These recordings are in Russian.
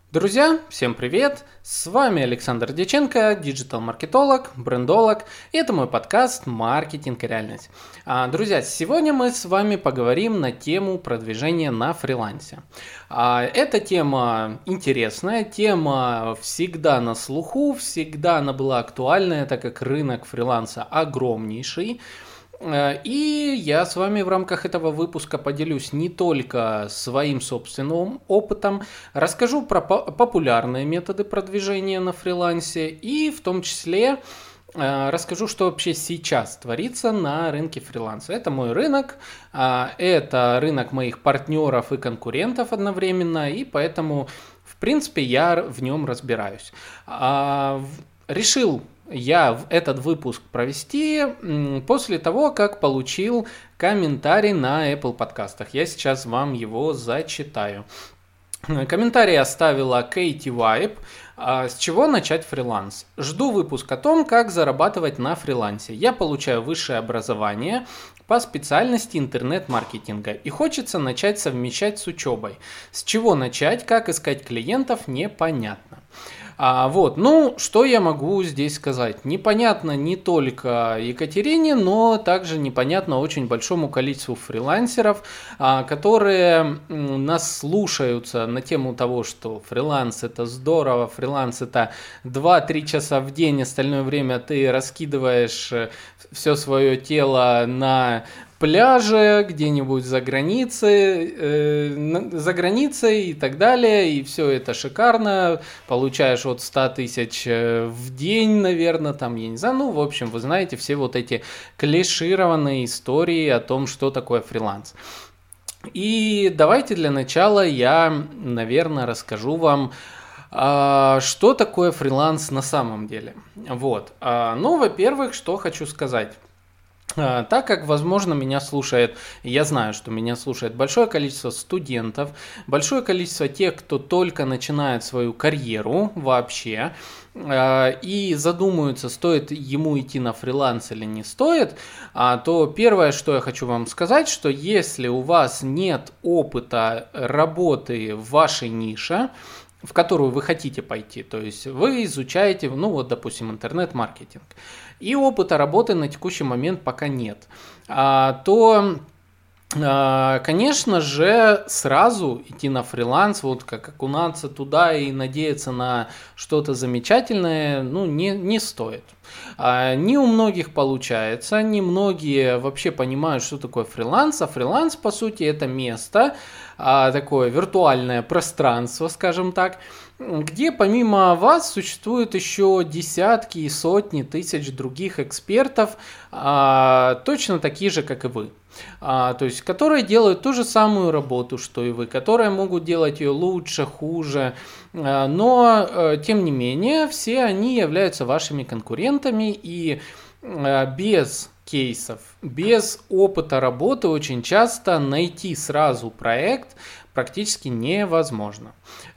Друзья, всем привет! С вами Александр Дьяченко, диджитал-маркетолог, брендолог, и это мой подкаст «Маркетинг и реальность». Друзья, сегодня мы с вами поговорим на тему продвижения на фрилансе. Эта тема интересная, тема всегда на слуху, всегда она была актуальная, так как рынок фриланса огромнейший. И я с вами в рамках этого выпуска поделюсь не только своим собственным опытом, расскажу про популярные методы продвижения на фрилансе и в том числе расскажу, что вообще сейчас творится на рынке фриланса. Это мой рынок, это рынок моих партнеров и конкурентов одновременно, и поэтому, в принципе, я в нем разбираюсь. Решил я этот выпуск провести после того, как получил комментарий на Apple подкастах. Я сейчас вам его зачитаю. Комментарий оставила Кейти Вайб. С чего начать фриланс? Жду выпуск о том, как зарабатывать на фрилансе. Я получаю высшее образование по специальности интернет-маркетинга и хочется начать совмещать с учебой. С чего начать, как искать клиентов, непонятно. Что я могу здесь сказать? Непонятно не только Екатерине, но также непонятно очень большому количеству фрилансеров, которые нас слушаются на тему того, что фриланс это здорово, фриланс это 2-3 часа в день, остальное время ты раскидываешь все свое тело на пляже, где-нибудь за границей и так далее, и все это шикарно, получаешь от 100 тысяч в день, наверное, там, я не знаю, в общем, вы знаете все вот эти клишированные истории о том, что такое фриланс. И давайте для начала я, наверное, расскажу вам, что такое фриланс на самом деле. Во-первых, что хочу сказать. Так как, возможно, меня слушает, я знаю, что меня слушает большое количество студентов, большое количество тех, кто только начинает свою карьеру вообще, и задумаются, стоит ему идти на фриланс или не стоит, то первое, что я хочу вам сказать, что если у вас нет опыта работы в вашей нише, в которую вы хотите пойти, то есть вы изучаете, допустим, интернет-маркетинг, и опыта работы на текущий момент пока нет, конечно же, сразу идти на фриланс, как окунаться туда и надеяться на что-то замечательное, не стоит. Не у многих получается, не многие вообще понимают, что такое фриланс, а фриланс, по сути, это место, такое виртуальное пространство, скажем так, где помимо вас существуют еще десятки и сотни тысяч других экспертов, точно такие же, как и вы. То есть, которые делают ту же самую работу, что и вы, которые могут делать ее лучше, хуже, но, тем не менее, все они являются вашими конкурентами, и без кейсов, без опыта работы очень часто найти сразу проект практически невозможно.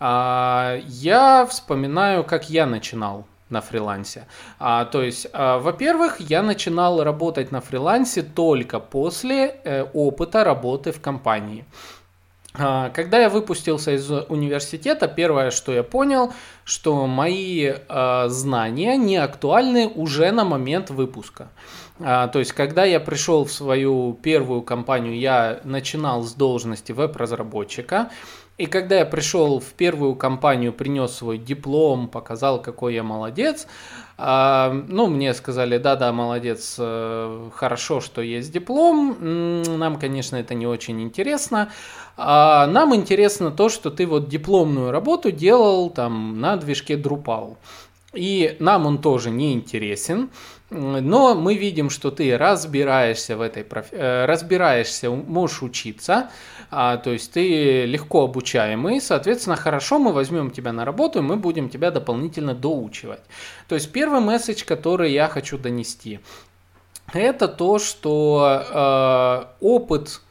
Я вспоминаю, как я начинал на фрилансе. Во-первых, я начинал работать на фрилансе только после опыта работы в компании. Когда я выпустился из университета, первое, что я понял, что мои знания не актуальны уже на момент выпуска. То есть, когда я пришел в свою первую компанию, я начинал с должности веб-разработчика. И когда я пришел в первую компанию, принес свой диплом, показал, какой я молодец, мне сказали, да, молодец, хорошо, что есть диплом, нам, конечно, это не очень интересно, нам интересно то, что ты дипломную работу делал на движке Drupal. И нам он тоже не интересен, но мы видим, что ты разбираешься в этой разбираешься, можешь учиться, то есть ты легко обучаемый, соответственно, хорошо, мы возьмем тебя на работу, и мы будем тебя дополнительно доучивать. То есть первый месседж, который я хочу донести, это то, что опыт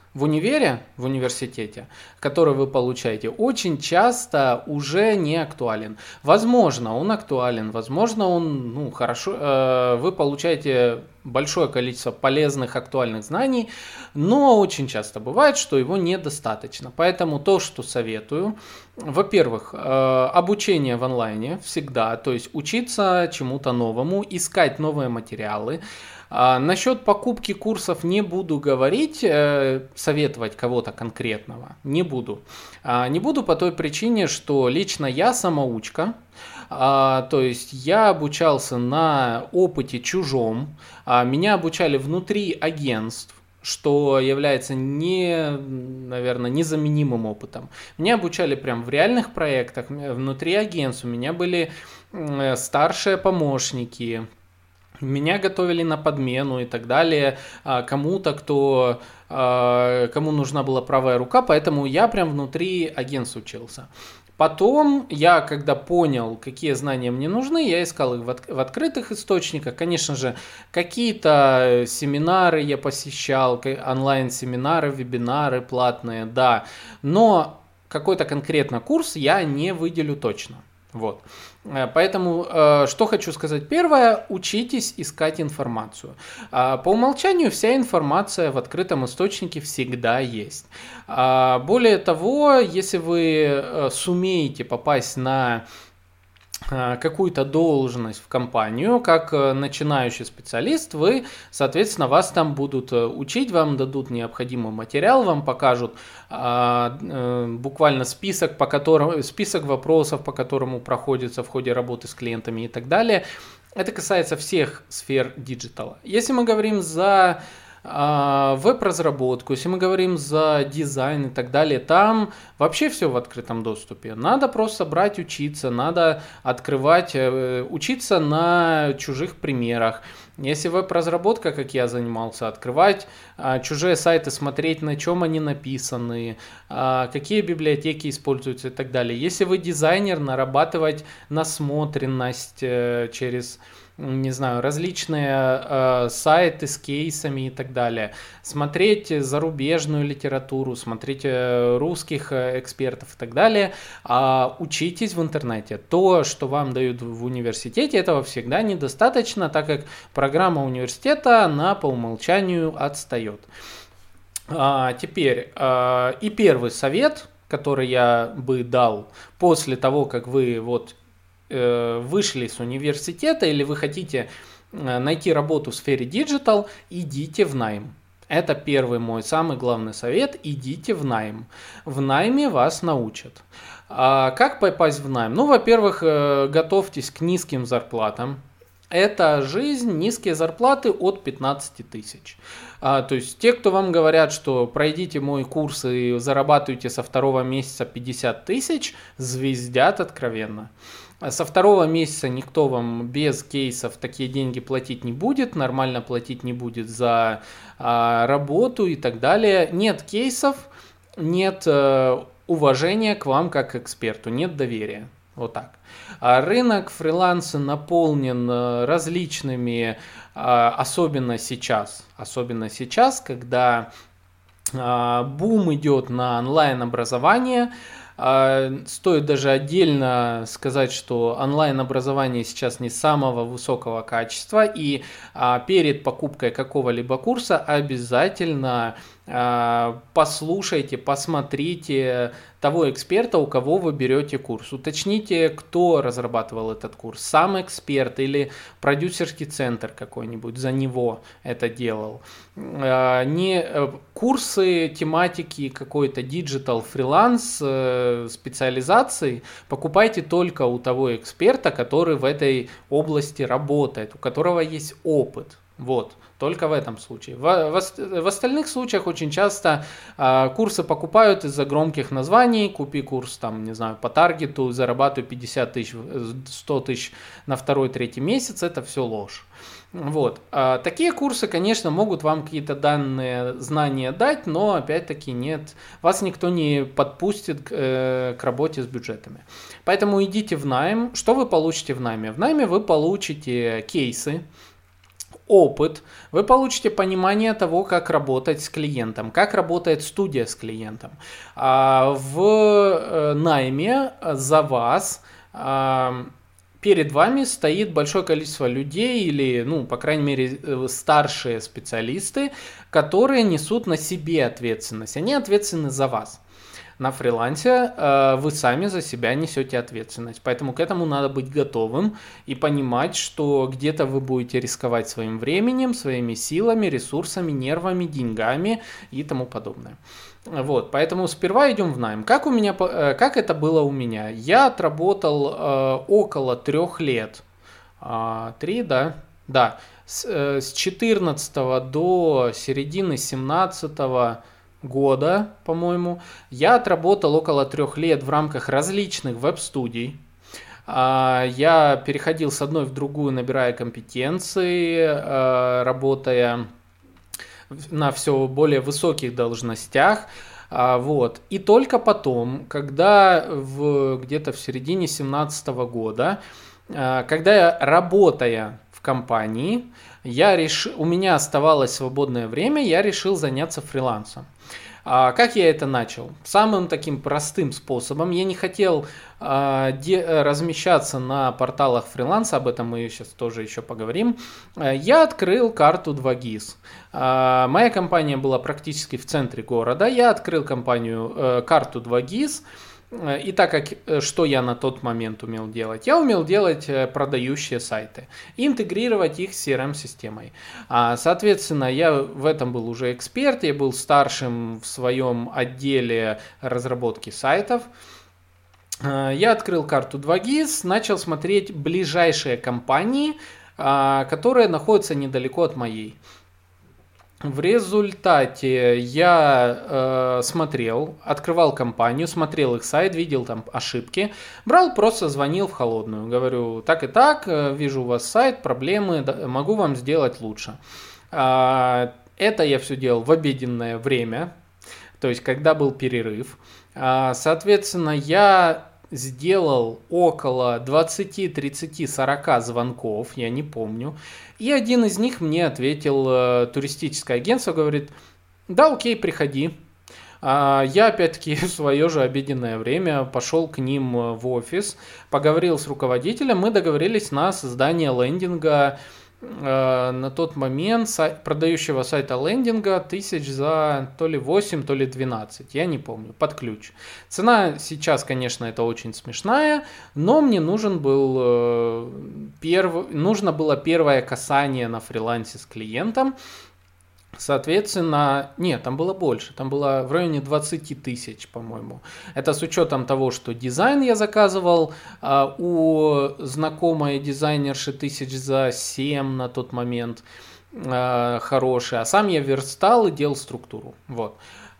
в университете, который вы получаете, очень часто уже не актуален. Возможно, он актуален, возможно, он, хорошо, вы получаете большое количество полезных, актуальных знаний, но очень часто бывает, что его недостаточно. Поэтому то, что советую, во-первых, обучение в онлайне всегда, то есть учиться чему-то новому, искать новые материалы. Насчет покупки курсов не буду говорить, советовать кого-то конкретного, не буду. Не буду по той причине, что лично я самоучка, то есть я обучался на опыте чужом, меня обучали внутри агентств, что является наверное, незаменимым опытом. Меня обучали прям в реальных проектах, внутри агентств, у меня были старшие помощники, меня готовили на подмену и так далее, кому-то, кому нужна была правая рука, поэтому я прям внутри агентств учился. Потом я, когда понял, какие знания мне нужны, я искал их в открытых источниках. Конечно же, какие-то семинары я посещал, онлайн-семинары, вебинары платные, да. Но какой-то конкретно курс я не выделю точно. Вот. Поэтому, что хочу сказать. Первое, учитесь искать информацию. По умолчанию вся информация в открытом источнике всегда есть. Более того, если вы сумеете попасть на какую-то должность в компанию, как начинающий специалист, вы, соответственно, вас там будут учить, вам дадут необходимый материал, вам покажут буквально список вопросов, по которому проходится в ходе работы с клиентами и так далее. Это касается всех сфер диджитала. Если мы говорим за веб-разработку, если мы говорим за дизайн и так далее, там вообще все в открытом доступе. Надо просто брать, учиться, надо открывать, учиться на чужих примерах. Если веб-разработка, как я занимался, открывать чужие сайты, смотреть, на чем они написаны, какие библиотеки используются и так далее. Если вы дизайнер, нарабатывать насмотренность через, не знаю, различные сайты с кейсами и так далее. Смотреть зарубежную литературу, смотреть русских экспертов и так далее. Учитесь в интернете. То, что вам дают в университете, этого всегда недостаточно, так как программа университета, она по умолчанию отстает. Теперь и первый совет, который я бы дал после того, как вы вышли с университета или вы хотите найти работу в сфере диджитал, идите в найм. Это первый мой самый главный совет. Идите в найм. В найме вас научат. Как попасть в найм? Во-первых, готовьтесь к низким зарплатам. Это жизнь, низкие зарплаты от 15 тысяч. То есть те, кто вам говорят, что пройдите мой курс и зарабатываете со второго месяца 50 тысяч, звездят откровенно. Со второго месяца никто вам без кейсов такие деньги платить не будет, нормально платить не будет за работу и так далее. Нет кейсов, нет уважения к вам как к эксперту, нет доверия. Вот так. Рынок фриланса наполнен различными, особенно сейчас, когда бум идет на онлайн-образование. Стоит даже отдельно сказать, что онлайн-образование сейчас не самого высокого качества, и перед покупкой какого-либо курса обязательно послушайте, посмотрите того эксперта, у кого вы берете курс. Уточните, кто разрабатывал этот курс, сам эксперт или продюсерский центр какой-нибудь за него это делал. Не курсы тематики какой-то диджитал фриланс специализации покупайте только у того эксперта, который в этой области работает, у которого есть опыт. Вот, только в этом случае. В остальных случаях очень часто курсы покупают из-за громких названий. Купи курс, там, не знаю, по таргету, зарабатывай 50 тысяч, 100 тысяч на второй-третий месяц. Это все ложь. Вот. Такие курсы, конечно, могут вам какие-то данные, знания дать, но опять-таки нет, вас никто не подпустит к работе с бюджетами. Поэтому идите в найм. Что вы получите в найме? В найме вы получите кейсы опыт, вы получите понимание того, как работать с клиентом, как работает студия с клиентом. В найме за вас перед вами стоит большое количество людей или, ну, по крайней мере, старшие специалисты, которые несут на себе ответственность. Они ответственны за вас. На фрилансе вы сами за себя несете ответственность. Поэтому к этому надо быть готовым и понимать, что где-то вы будете рисковать своим временем, своими силами, ресурсами, нервами, деньгами и тому подобное. Вот, поэтому сперва идем в найм. Как это было у меня? Я отработал около 3 лет. 3, да? Да. С 14 до середины 17 года, по-моему, я отработал около 3 лет в рамках различных веб-студий. Я переходил с одной в другую, набирая компетенции, работая на все более высоких должностях. Вот. И только потом, когда где-то в середине 2017 года, когда я, работая в компании, у меня оставалось свободное время, я решил заняться фрилансом. Как я это начал? Самым таким простым способом. Я не хотел размещаться на порталах фриланса, об этом мы сейчас тоже еще поговорим. Я открыл карту 2GIS. Моя компания была практически в центре города. Я открыл карту 2GIS. И так как, что я на тот момент умел делать? Я умел делать продающие сайты, интегрировать их с CRM-системой. Соответственно, я в этом был уже эксперт, я был старшим в своем отделе разработки сайтов. Я открыл карту 2GIS, начал смотреть ближайшие компании, которые находятся недалеко от моей. В результате я открывал компанию, смотрел их сайт, видел там ошибки, просто звонил в холодную, говорю, так и так, вижу у вас сайт, проблемы, могу вам сделать лучше. Это я все делал в обеденное время, то есть когда был перерыв. Соответственно, я сделал около 20, 30, 40 звонков, я не помню. И один из них мне ответил туристическое агентство, говорит, да, окей, приходи. Я опять-таки в свое же обеденное время пошел к ним в офис, поговорил с руководителем, мы договорились на создание лендинга. На тот момент продающего сайта лендинга тысяч за то ли 8, то ли 12, я не помню, под ключ. Цена сейчас, конечно, это очень смешная, но мне нужно было первое касание на фрилансе с клиентом. Соответственно, нет, там было больше, там было в районе 20 тысяч, по-моему. Это с учетом того, что дизайн я заказывал у знакомой дизайнерши тысяч за 7 на тот момент, хороший, а сам я верстал и делал структуру, вот.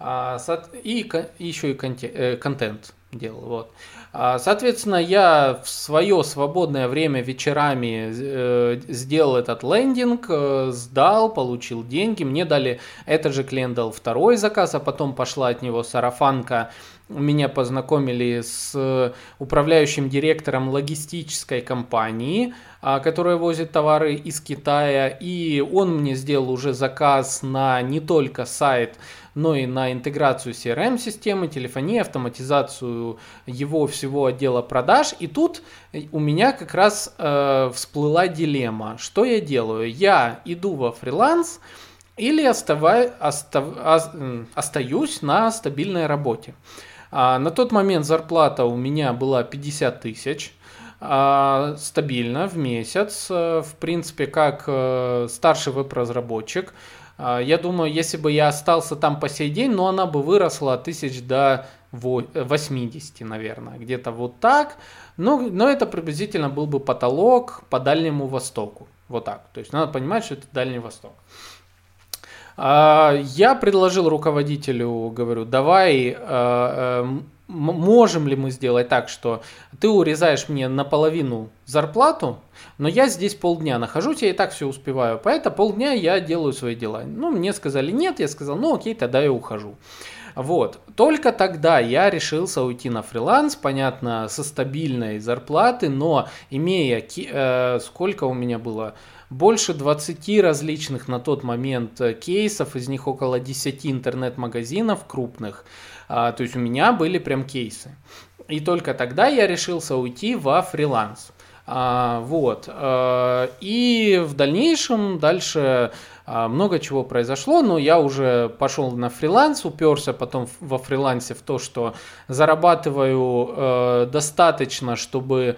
И еще и контент делал, вот. Соответственно, я в свое свободное время вечерами сделал этот лендинг, сдал, получил деньги. Мне дали, этот же клиент дал второй заказ, а потом пошла от него сарафанка. Меня познакомили с управляющим директором логистической компании, которая возит товары из Китая. И он мне сделал уже заказ на не только сайт, но и на интеграцию CRM-системы, телефонии, автоматизацию его всего отдела продаж. И тут у меня как раз всплыла дилемма. Что я делаю? Я иду во фриланс или остаюсь на стабильной работе. На тот момент зарплата у меня была 50 тысяч. Стабильно в месяц. В принципе, как старший веб-разработчик. Я думаю, если бы я остался там по сей день, но она бы выросла тысяч до 80, наверное, где-то вот так. Но это приблизительно был бы потолок по Дальнему Востоку. Вот так. То есть надо понимать, что это Дальний Восток. Я предложил руководителю, говорю, давай, можем ли мы сделать так, что ты урезаешь мне наполовину зарплату, но я здесь полдня нахожусь, я и так все успеваю, поэтому полдня я делаю свои дела. Ну, мне сказали нет, я сказал, ну окей, тогда я ухожу. Вот. Только тогда я решился уйти на фриланс, понятно, со стабильной зарплаты, но имея, сколько у меня было, больше 20 различных на тот момент кейсов, из них около 10 интернет-магазинов крупных, то есть у меня были прям кейсы. И только тогда я решился уйти во фриланс. Вот. И в дальнейшем дальше много чего произошло, но я уже пошел на фриланс, уперся потом во фрилансе в то, что зарабатываю достаточно, чтобы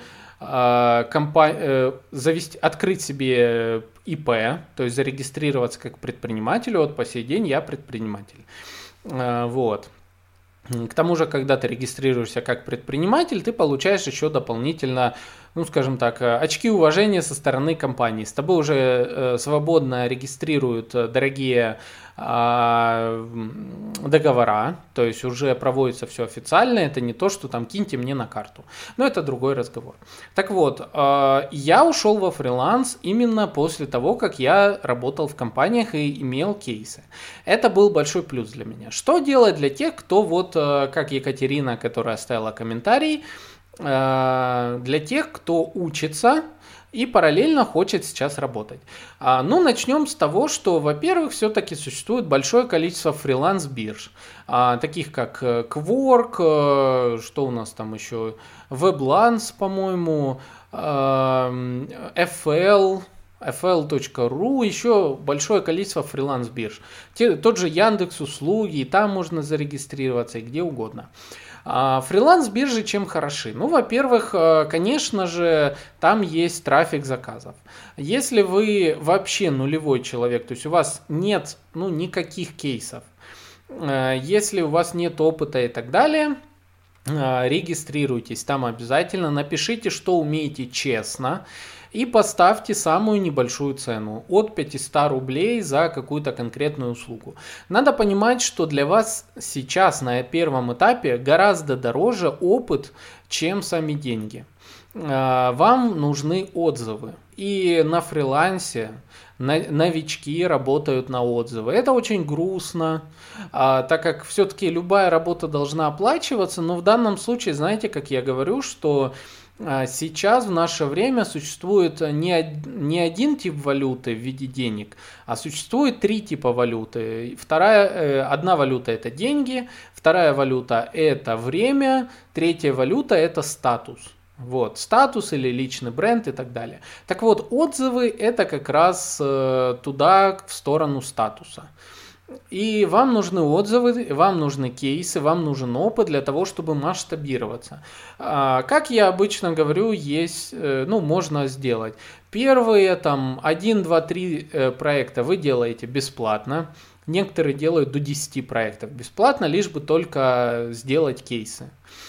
открыть себе ИП, то есть зарегистрироваться как предприниматель. Вот по сей день я предприниматель. Вот. К тому же, когда ты регистрируешься как предприниматель, ты получаешь еще дополнительно, ну, скажем так, очки уважения со стороны компании. С тобой уже свободно регистрируют дорогие договора, то есть уже проводится все официально, это не то, что там киньте мне на карту. Но это другой разговор. Так вот, я ушел во фриланс именно после того, как я работал в компаниях и имел кейсы. Это был большой плюс для меня. Что делать для тех, кто вот, как Екатерина, которая оставила комментарий, для тех, кто учится и параллельно хочет сейчас работать. Ну, начнем с того, что, во-первых, все-таки существует большое количество фриланс-бирж, таких как Quark, что у нас там еще, WebLance, по-моему, FL.ru, еще большое количество фриланс-бирж. Тот же Яндекс.Услуги, и там можно зарегистрироваться, и где угодно. Фриланс-биржи чем хороши? Ну, во-первых, конечно же, там есть трафик заказов. Если вы вообще нулевой человек, то есть у вас нет никаких кейсов, если у вас нет опыта и так далее, регистрируйтесь там обязательно, напишите, что умеете честно, и поставьте самую небольшую цену от 500 рублей за какую-то конкретную услугу. Надо понимать, что для вас сейчас на первом этапе гораздо дороже опыт, чем сами деньги. Вам нужны отзывы. И на фрилансе новички работают на отзывы. Это очень грустно, так как все-таки любая работа должна оплачиваться, но в данном случае, знаете, как я говорю, что сейчас в наше время существует не один тип валюты в виде денег, а существует 3 типа валюты. Одна валюта – это деньги, вторая валюта – это время, третья валюта – это статус. Вот, статус или личный бренд и так далее. Так вот, отзывы – это как раз туда, в сторону статуса. И вам нужны отзывы, вам нужны кейсы, вам нужен опыт для того, чтобы масштабироваться. Как я обычно говорю, можно сделать. Первые 1, 2, 3 проекта вы делаете бесплатно. Некоторые делают до 10 проектов бесплатно, лишь бы только сделать кейсы.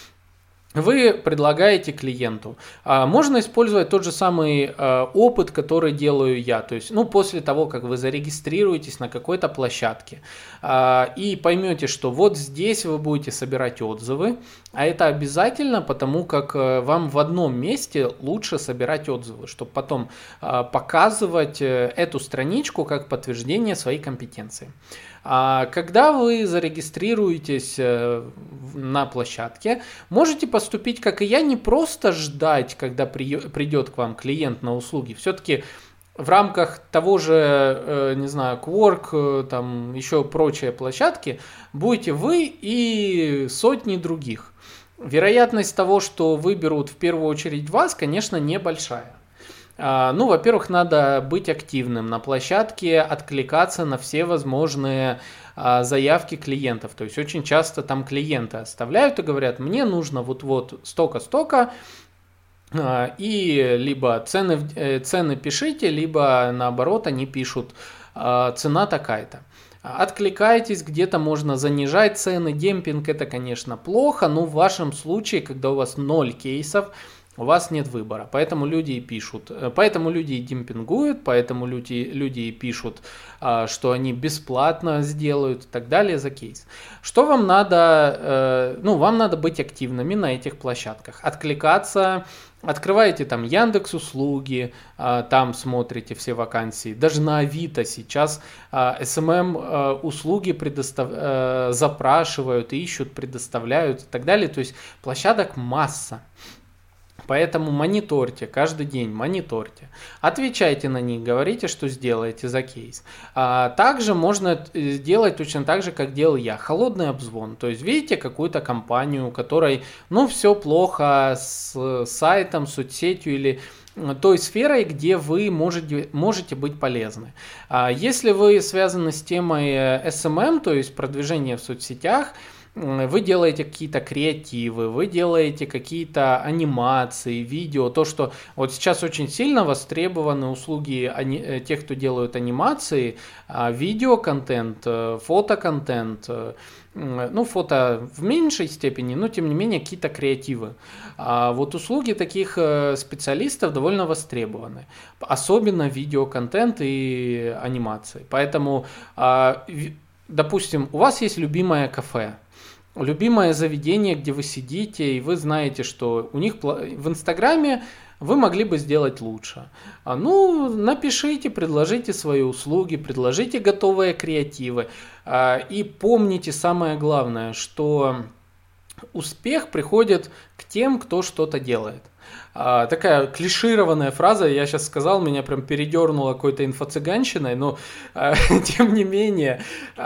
Вы предлагаете клиенту. Можно использовать тот же самый опыт, который делаю я. То есть, после того, как вы зарегистрируетесь на какой-то площадке и поймете, что вот здесь вы будете собирать отзывы, а это обязательно, потому как вам в одном месте лучше собирать отзывы, чтобы потом показывать эту страничку как подтверждение своей компетенции. Когда вы зарегистрируетесь на площадке, можете поступить, как и я, не просто ждать, когда придет к вам клиент на услуги. Все-таки в рамках того же, Quark, там еще прочие площадки, будете вы и сотни других. Вероятность того, что выберут в первую очередь вас, конечно, небольшая. Во-первых, надо быть активным на площадке, откликаться на все возможные заявки клиентов. То есть очень часто там клиенты оставляют и говорят, мне нужно вот столько-столько, и либо цены пишите, либо наоборот они пишут, цена такая-то. Откликайтесь, где-то можно занижать цены, демпинг это, конечно, плохо, но в вашем случае, когда у вас 0 кейсов, у вас нет выбора, поэтому люди и пишут, поэтому люди и демпингуют, поэтому люди и пишут, что они бесплатно сделают и так далее за кейс. Что вам надо? Вам надо быть активными на этих площадках, откликаться. Открываете там Яндекс.Услуги, там смотрите все вакансии. Даже на Авито сейчас SMM услуги запрашивают, ищут, предоставляют и так далее. То есть площадок масса. Поэтому мониторьте, каждый день мониторьте, отвечайте на них, говорите, что сделаете за кейс. Также можно сделать точно так же, как делал я, холодный обзвон. То есть видите какую-то компанию, у которой все плохо с сайтом, соцсетью или той сферой, где вы можете быть полезны. Если вы связаны с темой SMM, то есть продвижение в соцсетях, вы делаете какие-то креативы, вы делаете какие-то анимации, видео, то, что вот сейчас очень сильно востребованы услуги тех, кто делают анимации, видеоконтент, фотоконтент, фото в меньшей степени, но тем не менее какие-то креативы. Вот услуги таких специалистов довольно востребованы, особенно видеоконтент и анимации. Поэтому, допустим, у вас есть любимое кафе, любимое заведение, где вы сидите, и вы знаете, что у них в Инстаграме вы могли бы сделать лучше. Напишите, предложите свои услуги, предложите готовые креативы. И помните самое главное, что успех приходит к тем, кто что-то делает. Такая клишированная фраза, я сейчас сказал, меня прям передернуло какой-то инфо-цыганщиной, но тем не менее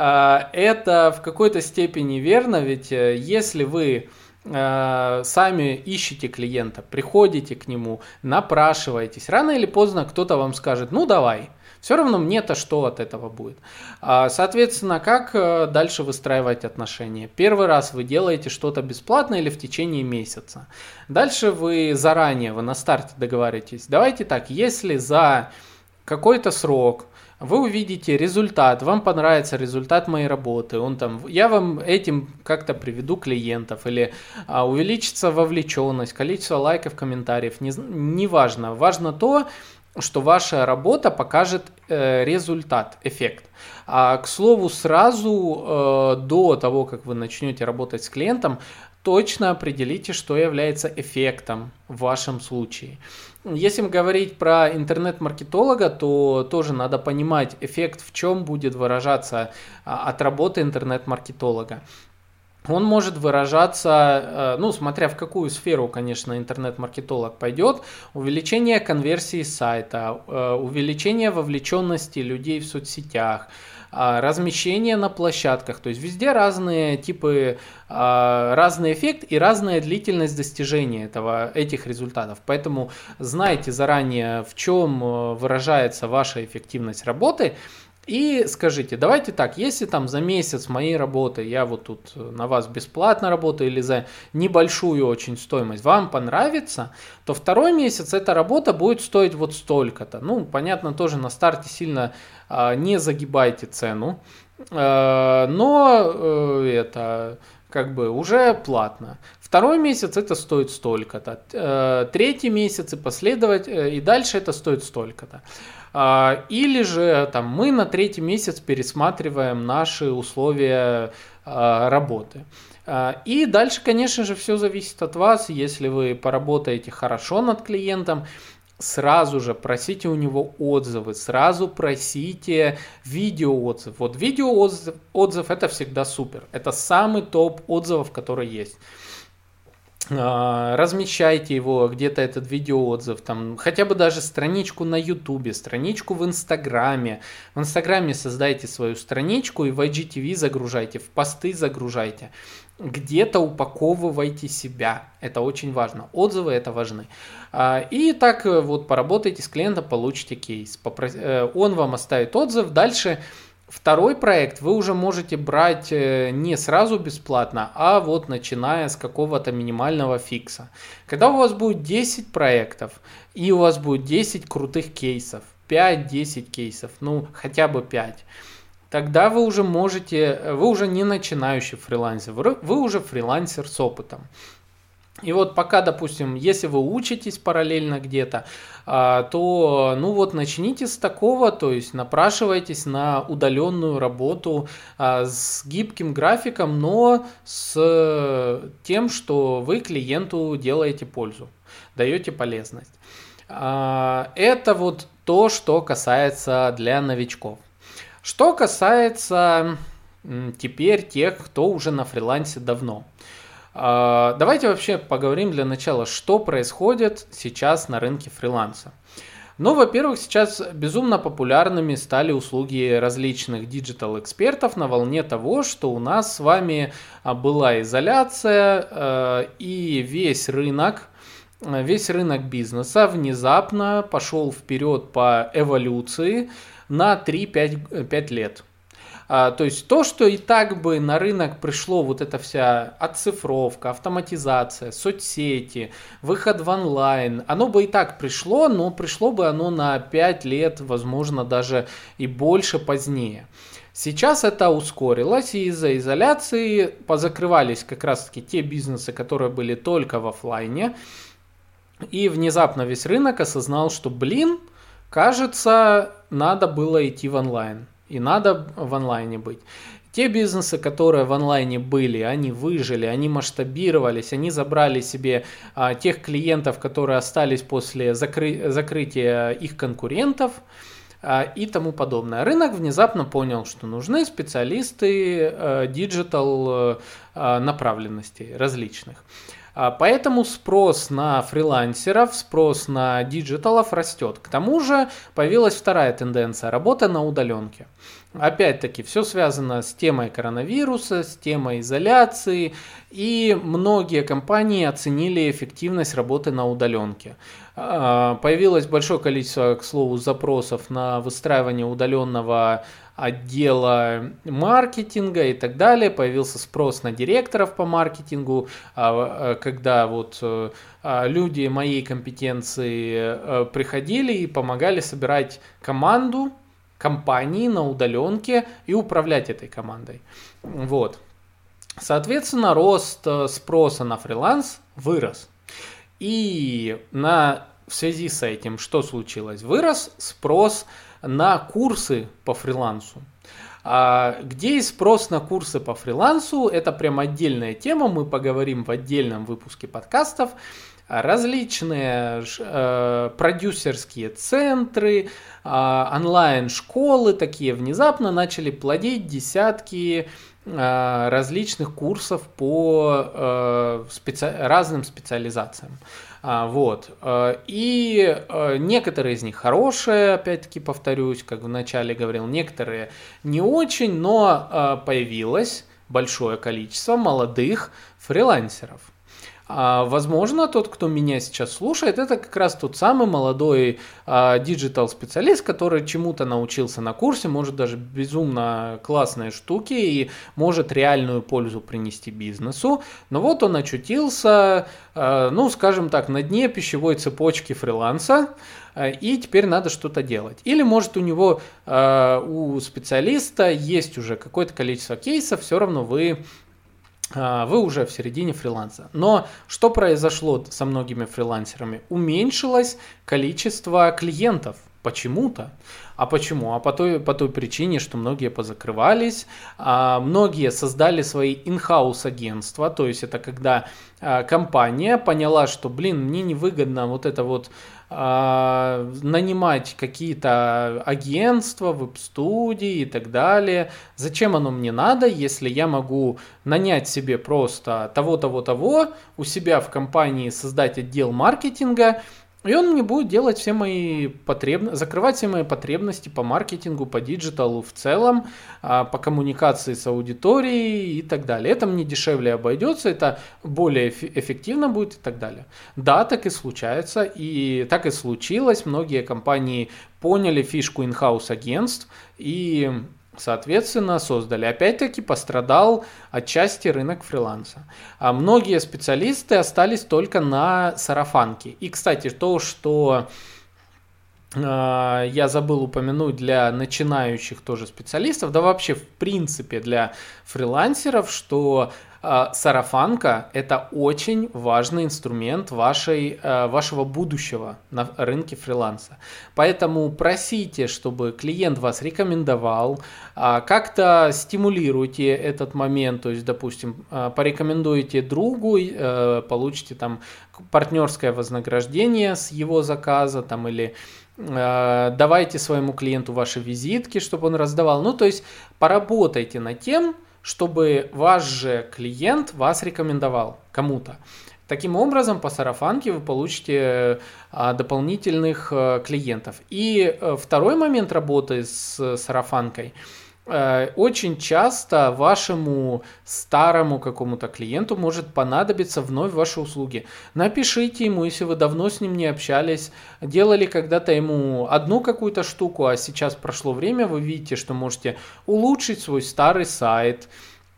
это в какой-то степени верно, ведь если вы сами ищете клиента, приходите к нему, напрашиваетесь, рано или поздно кто-то вам скажет, давай. Все равно мне-то что от этого будет? Соответственно, как дальше выстраивать отношения? Первый раз вы делаете что-то бесплатно или в течение месяца. Дальше вы на старте договариваетесь. Давайте так, если за какой-то срок вы увидите результат, вам понравится результат моей работы, я вам этим как-то приведу клиентов, или увеличится вовлеченность, количество лайков, комментариев, не важно. Важно то, что ваша работа покажет результат, эффект. К слову, сразу до того, как вы начнете работать с клиентом, точно определите, что является эффектом в вашем случае. Если говорить про интернет-маркетолога, то тоже надо понимать, эффект в чем будет выражаться от работы интернет-маркетолога. Он может выражаться, смотря в какую сферу, конечно, интернет-маркетолог пойдет, увеличение конверсии сайта, увеличение вовлеченности людей в соцсетях, размещение на площадках, то есть везде разные типы, разный эффект и разная длительность достижения этих результатов. Поэтому знайте заранее, в чем выражается ваша эффективность работы. И скажите, давайте так, если за месяц моей работы я вот тут на вас бесплатно работаю или за небольшую очень стоимость вам понравится, то второй месяц эта работа будет стоить вот столько-то. Понятно, тоже на старте сильно не загибайте цену, но это уже платно. Второй месяц это стоит столько-то, третий месяц и дальше это стоит столько-то. Или же мы на третий месяц пересматриваем наши условия работы. И дальше, конечно же, все зависит от вас. Если вы поработаете хорошо над клиентом, сразу же просите у него отзывы, сразу просите видеоотзыв. Вот видеоотзыв это всегда супер. Это самый топ отзывов, который есть. Размещайте его, где-то этот видеоотзыв, хотя бы даже страничку на Ютубе, страничку в Инстаграме. В Инстаграме создайте свою страничку и в IGTV загружайте, в посты загружайте. Где-то упаковывайте себя, это очень важно, отзывы это важны. И так вот поработайте с клиентом, получите кейс, он вам оставит отзыв, дальше второй проект вы уже можете брать не сразу бесплатно, а вот начиная с какого-то минимального фикса. Когда у вас будет 10 проектов и у вас будет 10 крутых кейсов, 5-10 кейсов, хотя бы 5, тогда вы уже не начинающий фрилансер, вы уже фрилансер с опытом. И вот пока, допустим, если вы учитесь параллельно где-то, то, ну вот, начните с такого, то есть напрашивайтесь на удаленную работу с гибким графиком, но с тем, что вы клиенту делаете пользу, даете полезность. Это вот то, что касается для новичков. Что касается теперь тех, кто уже на фрилансе давно. Давайте вообще поговорим для начала, что происходит сейчас на рынке фриланса. Ну, во-первых, сейчас безумно популярными стали услуги различных диджитал-экспертов на волне того, что у нас с вами была изоляция, и весь рынок бизнеса внезапно пошел вперед по эволюции на 3-5 лет. То есть то, что и так бы на рынок пришло вот эта вся оцифровка, автоматизация, соцсети, выход в онлайн, оно бы и так пришло, но пришло бы оно на 5 лет, возможно, даже и больше позднее. Сейчас это ускорилось, и из-за изоляции позакрывались как раз-таки те бизнесы, которые были только в офлайне, и внезапно весь рынок осознал, что, кажется, надо было идти в онлайн. И надо в онлайне быть. Те бизнесы, которые в онлайне были, они выжили, они масштабировались, они забрали себе тех клиентов, которые остались после закрытия их конкурентов и тому подобное. Рынок внезапно понял, что нужны специалисты диджитал направленностей различных. Поэтому спрос на фрилансеров, спрос на диджиталов растет. К тому же появилась вторая тенденция – работа на удаленке. Опять-таки, все связано с темой коронавируса, с темой изоляции, и многие компании оценили эффективность работы на удаленке. Появилось большое количество, к слову, запросов на выстраивание удаленного отдела маркетинга и так далее. Появился спрос на директоров по маркетингу, когда вот люди моей компетенции приходили и помогали собирать команду компании на удаленке и управлять этой командой. Вот. Соответственно, рост спроса на фриланс вырос. И в связи с этим что случилось? Вырос спрос на курсы по фрилансу. Где есть спрос на курсы по фрилансу, это прям отдельная тема, мы поговорим в отдельном выпуске подкастов. Различные продюсерские центры, онлайн-школы такие внезапно начали плодить десятки различных курсов по разным специализациям. Вот. И некоторые из них хорошие, опять-таки повторюсь, как вначале говорил, некоторые не очень, но появилось большое количество молодых фрилансеров. Возможно, тот, кто меня сейчас слушает, это как раз тот самый молодой диджитал-специалист, который чему-то научился на курсе, может даже безумно классные штуки и может реальную пользу принести бизнесу. Но вот он очутился, ну, скажем так, на дне пищевой цепочки фриланса, и теперь надо что-то делать. Или, может, у него, у специалиста есть уже какое-то количество кейсов, все равно вы уже в середине фриланса. Но что произошло со многими фрилансерами? Уменьшилось количество клиентов почему-то. А почему? А по той причине, что многие позакрывались, многие создали свои in-house агентства, то есть это когда компания поняла, что, мне невыгодно вот это вот нанимать какие-то агентства, веб-студии и так далее. Зачем оно мне надо, если я могу нанять себе просто того, у себя в компании создать отдел маркетинга, и он мне будет делать закрывать все мои потребности по маркетингу, по диджиталу в целом, по коммуникации с аудиторией и так далее. Это мне дешевле обойдется, это более эффективно будет и так далее. Да, так и случается, и так и случилось. Многие компании поняли фишку in-house агентств и, соответственно, создали. Опять-таки пострадал отчасти рынок фриланса. А многие специалисты остались только на сарафанке. И, кстати, то, что я забыл упомянуть для начинающих тоже специалистов, да вообще в принципе для фрилансеров, что Сарафанка – это очень важный инструмент вашего будущего на рынке фриланса. Поэтому просите, чтобы клиент вас рекомендовал, как-то стимулируйте этот момент, то есть, допустим, порекомендуйте другу, получите там партнерское вознаграждение с его заказа там, или давайте своему клиенту ваши визитки, чтобы он раздавал. Ну, то есть поработайте над тем, чтобы ваш же клиент вас рекомендовал кому-то. Таким образом, по сарафанке вы получите дополнительных клиентов. И второй момент работы с сарафанкой. Очень часто вашему старому какому-то клиенту может понадобиться вновь ваши услуги. Напишите ему, если вы давно с ним не общались, делали когда-то ему одну какую-то штуку, а сейчас прошло время, вы видите, что можете улучшить свой старый сайт,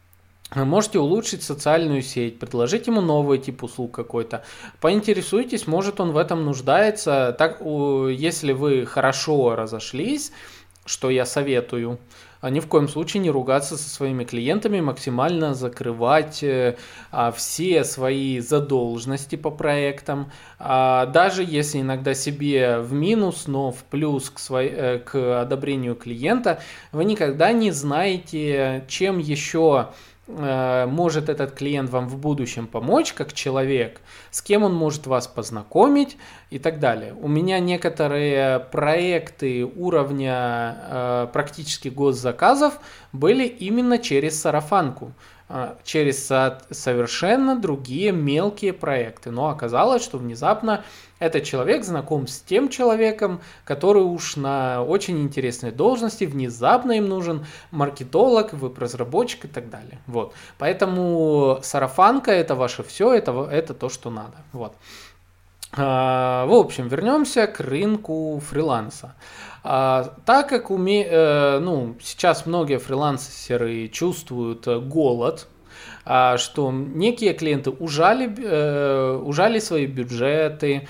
можете улучшить социальную сеть, предложить ему новый тип услуг какой-то. Поинтересуйтесь, может он в этом нуждается. Так, если вы хорошо разошлись, что я советую, ни в коем случае не ругаться со своими клиентами, максимально закрывать все свои задолженности по проектам, даже если иногда себе в минус, но в плюс к одобрению клиента, вы никогда не знаете, чем еще может этот клиент вам в будущем помочь как человек, с кем он может вас познакомить и так далее. У меня некоторые проекты уровня практически госзаказов были именно через сарафанку, через совершенно другие мелкие проекты. Но оказалось, что внезапно этот человек знаком с тем человеком, который уж на очень интересной должности, внезапно им нужен маркетолог, веб-разработчик и так далее. Вот. Поэтому сарафанка – это ваше все, это то, что надо. Вот. В общем, вернемся к рынку фриланса. Так как сейчас многие фрилансеры чувствуют голод, что некие клиенты ужали свои бюджеты,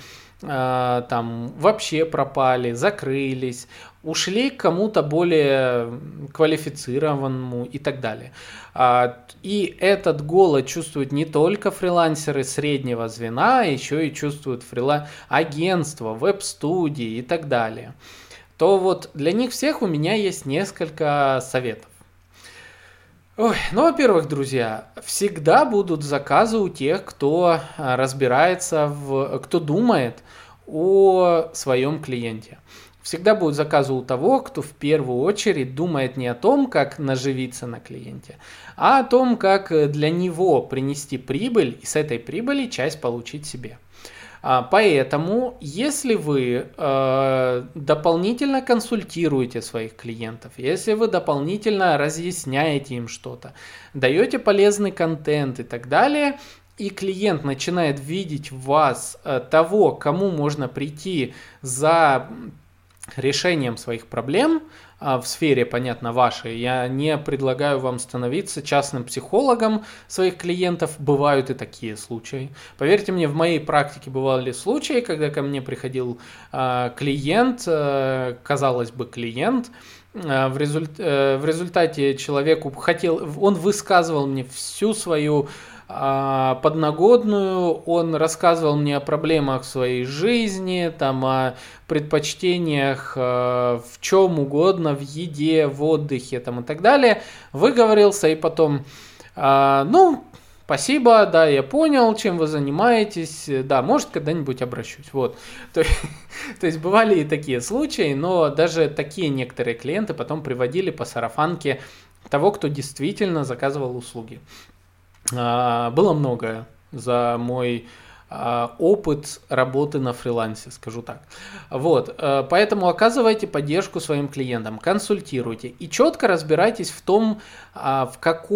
там вообще пропали, закрылись, ушли к кому-то более квалифицированному и так далее. И этот голод чувствуют не только фрилансеры среднего звена, а еще и чувствуют агентства, веб-студии и так далее. То вот для них всех у меня есть несколько советов. Во-первых, друзья, всегда будут заказы у тех, кто разбирается, кто думает о своем клиенте. Всегда будут заказы у того, кто в первую очередь думает не о том, как наживиться на клиенте, а о том, как для него принести прибыль и с этой прибыли часть получить себе. Поэтому, если вы дополнительно консультируете своих клиентов, если вы дополнительно разъясняете им что-то, даете полезный контент и так далее, и клиент начинает видеть в вас того, кому можно прийти за решением своих проблем, в сфере, понятно, вашей. Я не предлагаю вам становиться частным психологом своих клиентов. Бывают и такие случаи. Поверьте мне, в моей практике бывали случаи, когда ко мне приходил клиент, казалось бы, клиент. В результате человеку он высказывал мне всю свою подноготную, он рассказывал мне о проблемах в своей жизни, там, о предпочтениях в чем угодно, в еде, в отдыхе там, и так далее, выговорился и потом, спасибо, да, я понял, чем вы занимаетесь, да, может, когда-нибудь обращусь. Вот. То есть бывали и такие случаи, но даже такие некоторые клиенты потом приводили по сарафанке того, кто действительно заказывал услуги. Было многое за мой опыт работы на фрилансе, скажу так. Вот, поэтому оказывайте поддержку своим клиентам, консультируйте и четко разбирайтесь в том, в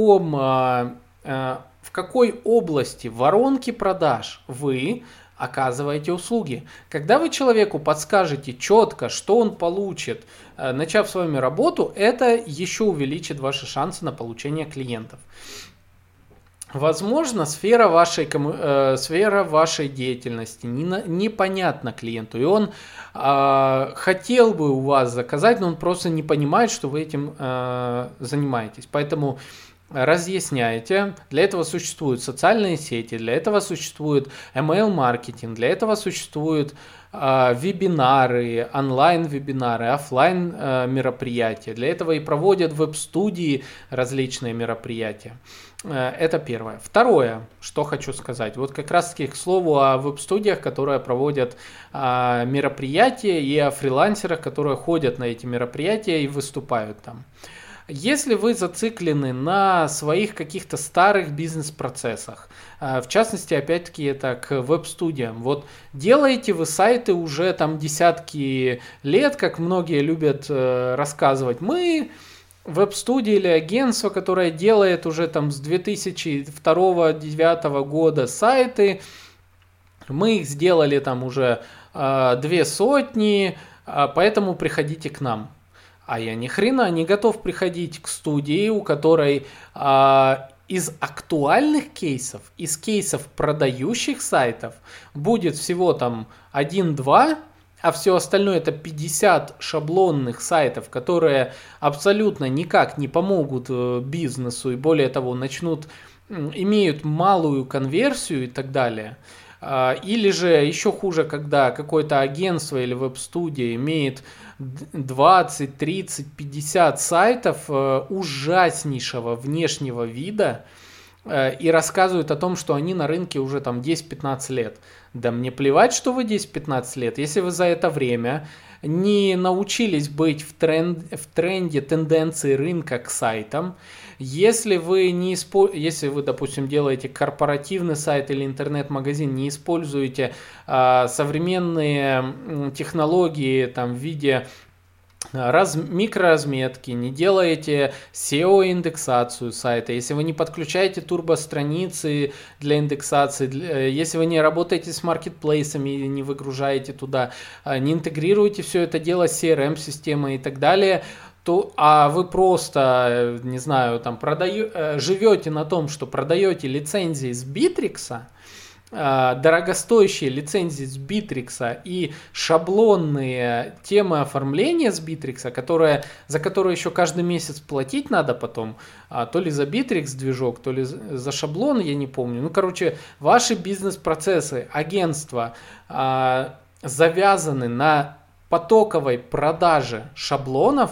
какой области воронки продаж вы оказываете услуги. Когда вы человеку подскажете четко, что он получит, начав с вами работу, это еще увеличит ваши шансы на получение клиентов. Возможно, сфера вашей деятельности непонятна клиенту, и он хотел бы у вас заказать, но он просто не понимает, что вы этим занимаетесь. Поэтому разъясняете. Для этого существуют социальные сети, для этого существует email-маркетинг, для этого существуют вебинары, онлайн-вебинары, офлайн мероприятия. Для этого и проводят веб-студии различные мероприятия. Это первое. Второе, что хочу сказать. Вот как раз таки к слову о веб-студиях, которые проводят мероприятия, и о фрилансерах, которые ходят на эти мероприятия и выступают там. Если вы зациклены на своих каких-то старых бизнес-процессах, в частности, опять-таки, это к веб-студиям, вот делаете вы сайты уже там десятки лет, как многие любят рассказывать, мы веб-студия или агентство, которое делает уже там с 2002-2009 года сайты, мы их сделали там уже 200, поэтому приходите к нам. А я ни хрена не готов приходить к студии, у которой из актуальных кейсов, из кейсов продающих сайтов будет всего там 1-2, а все остальное это 50 шаблонных сайтов, которые абсолютно никак не помогут бизнесу и более того имеют малую конверсию и так далее. Или же еще хуже, когда какое-то агентство или веб-студия имеет 20, 30, 50 сайтов ужаснейшего внешнего вида и рассказывают о том, что они на рынке уже там 10-15 лет. Да мне плевать, что вы 10-15 лет, если вы за это время не научились быть в тренде тенденции рынка к сайтам, если вы, допустим, делаете корпоративный сайт или интернет-магазин, не используете современные технологии там, в виде микроразметки, не делаете SEO-индексацию сайта, если вы не подключаете турбостраницы для индексации, если вы не работаете с маркетплейсами или не выгружаете туда, не интегрируете все это дело с CRM-системой и так далее, а вы просто, не знаю, там живете на том, что продаете лицензии с Bittrex, дорогостоящие лицензии с Bittrex и шаблонные темы оформления с Bittrex, за которые еще каждый месяц платить надо потом, то ли за Bittrex движок, то ли за шаблон, я не помню. Ваши бизнес-процессы, агентства завязаны на потоковой продаже шаблонов,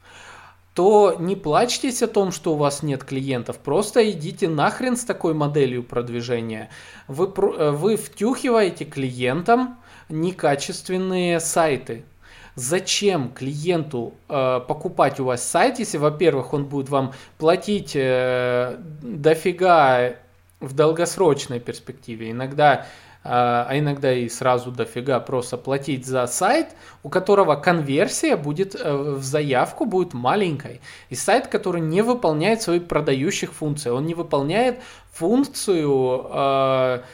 то не плачьтесь о том, что у вас нет клиентов, просто идите нахрен с такой моделью продвижения. Вы втюхиваете клиентам некачественные сайты. Зачем клиенту покупать у вас сайт, если, во-первых, он будет вам платить дофига в долгосрочной перспективе, иногда и сразу дофига просто платить за сайт, у которого конверсия в заявку будет маленькой. И сайт, который не выполняет свои продающих функций, он не выполняет функцию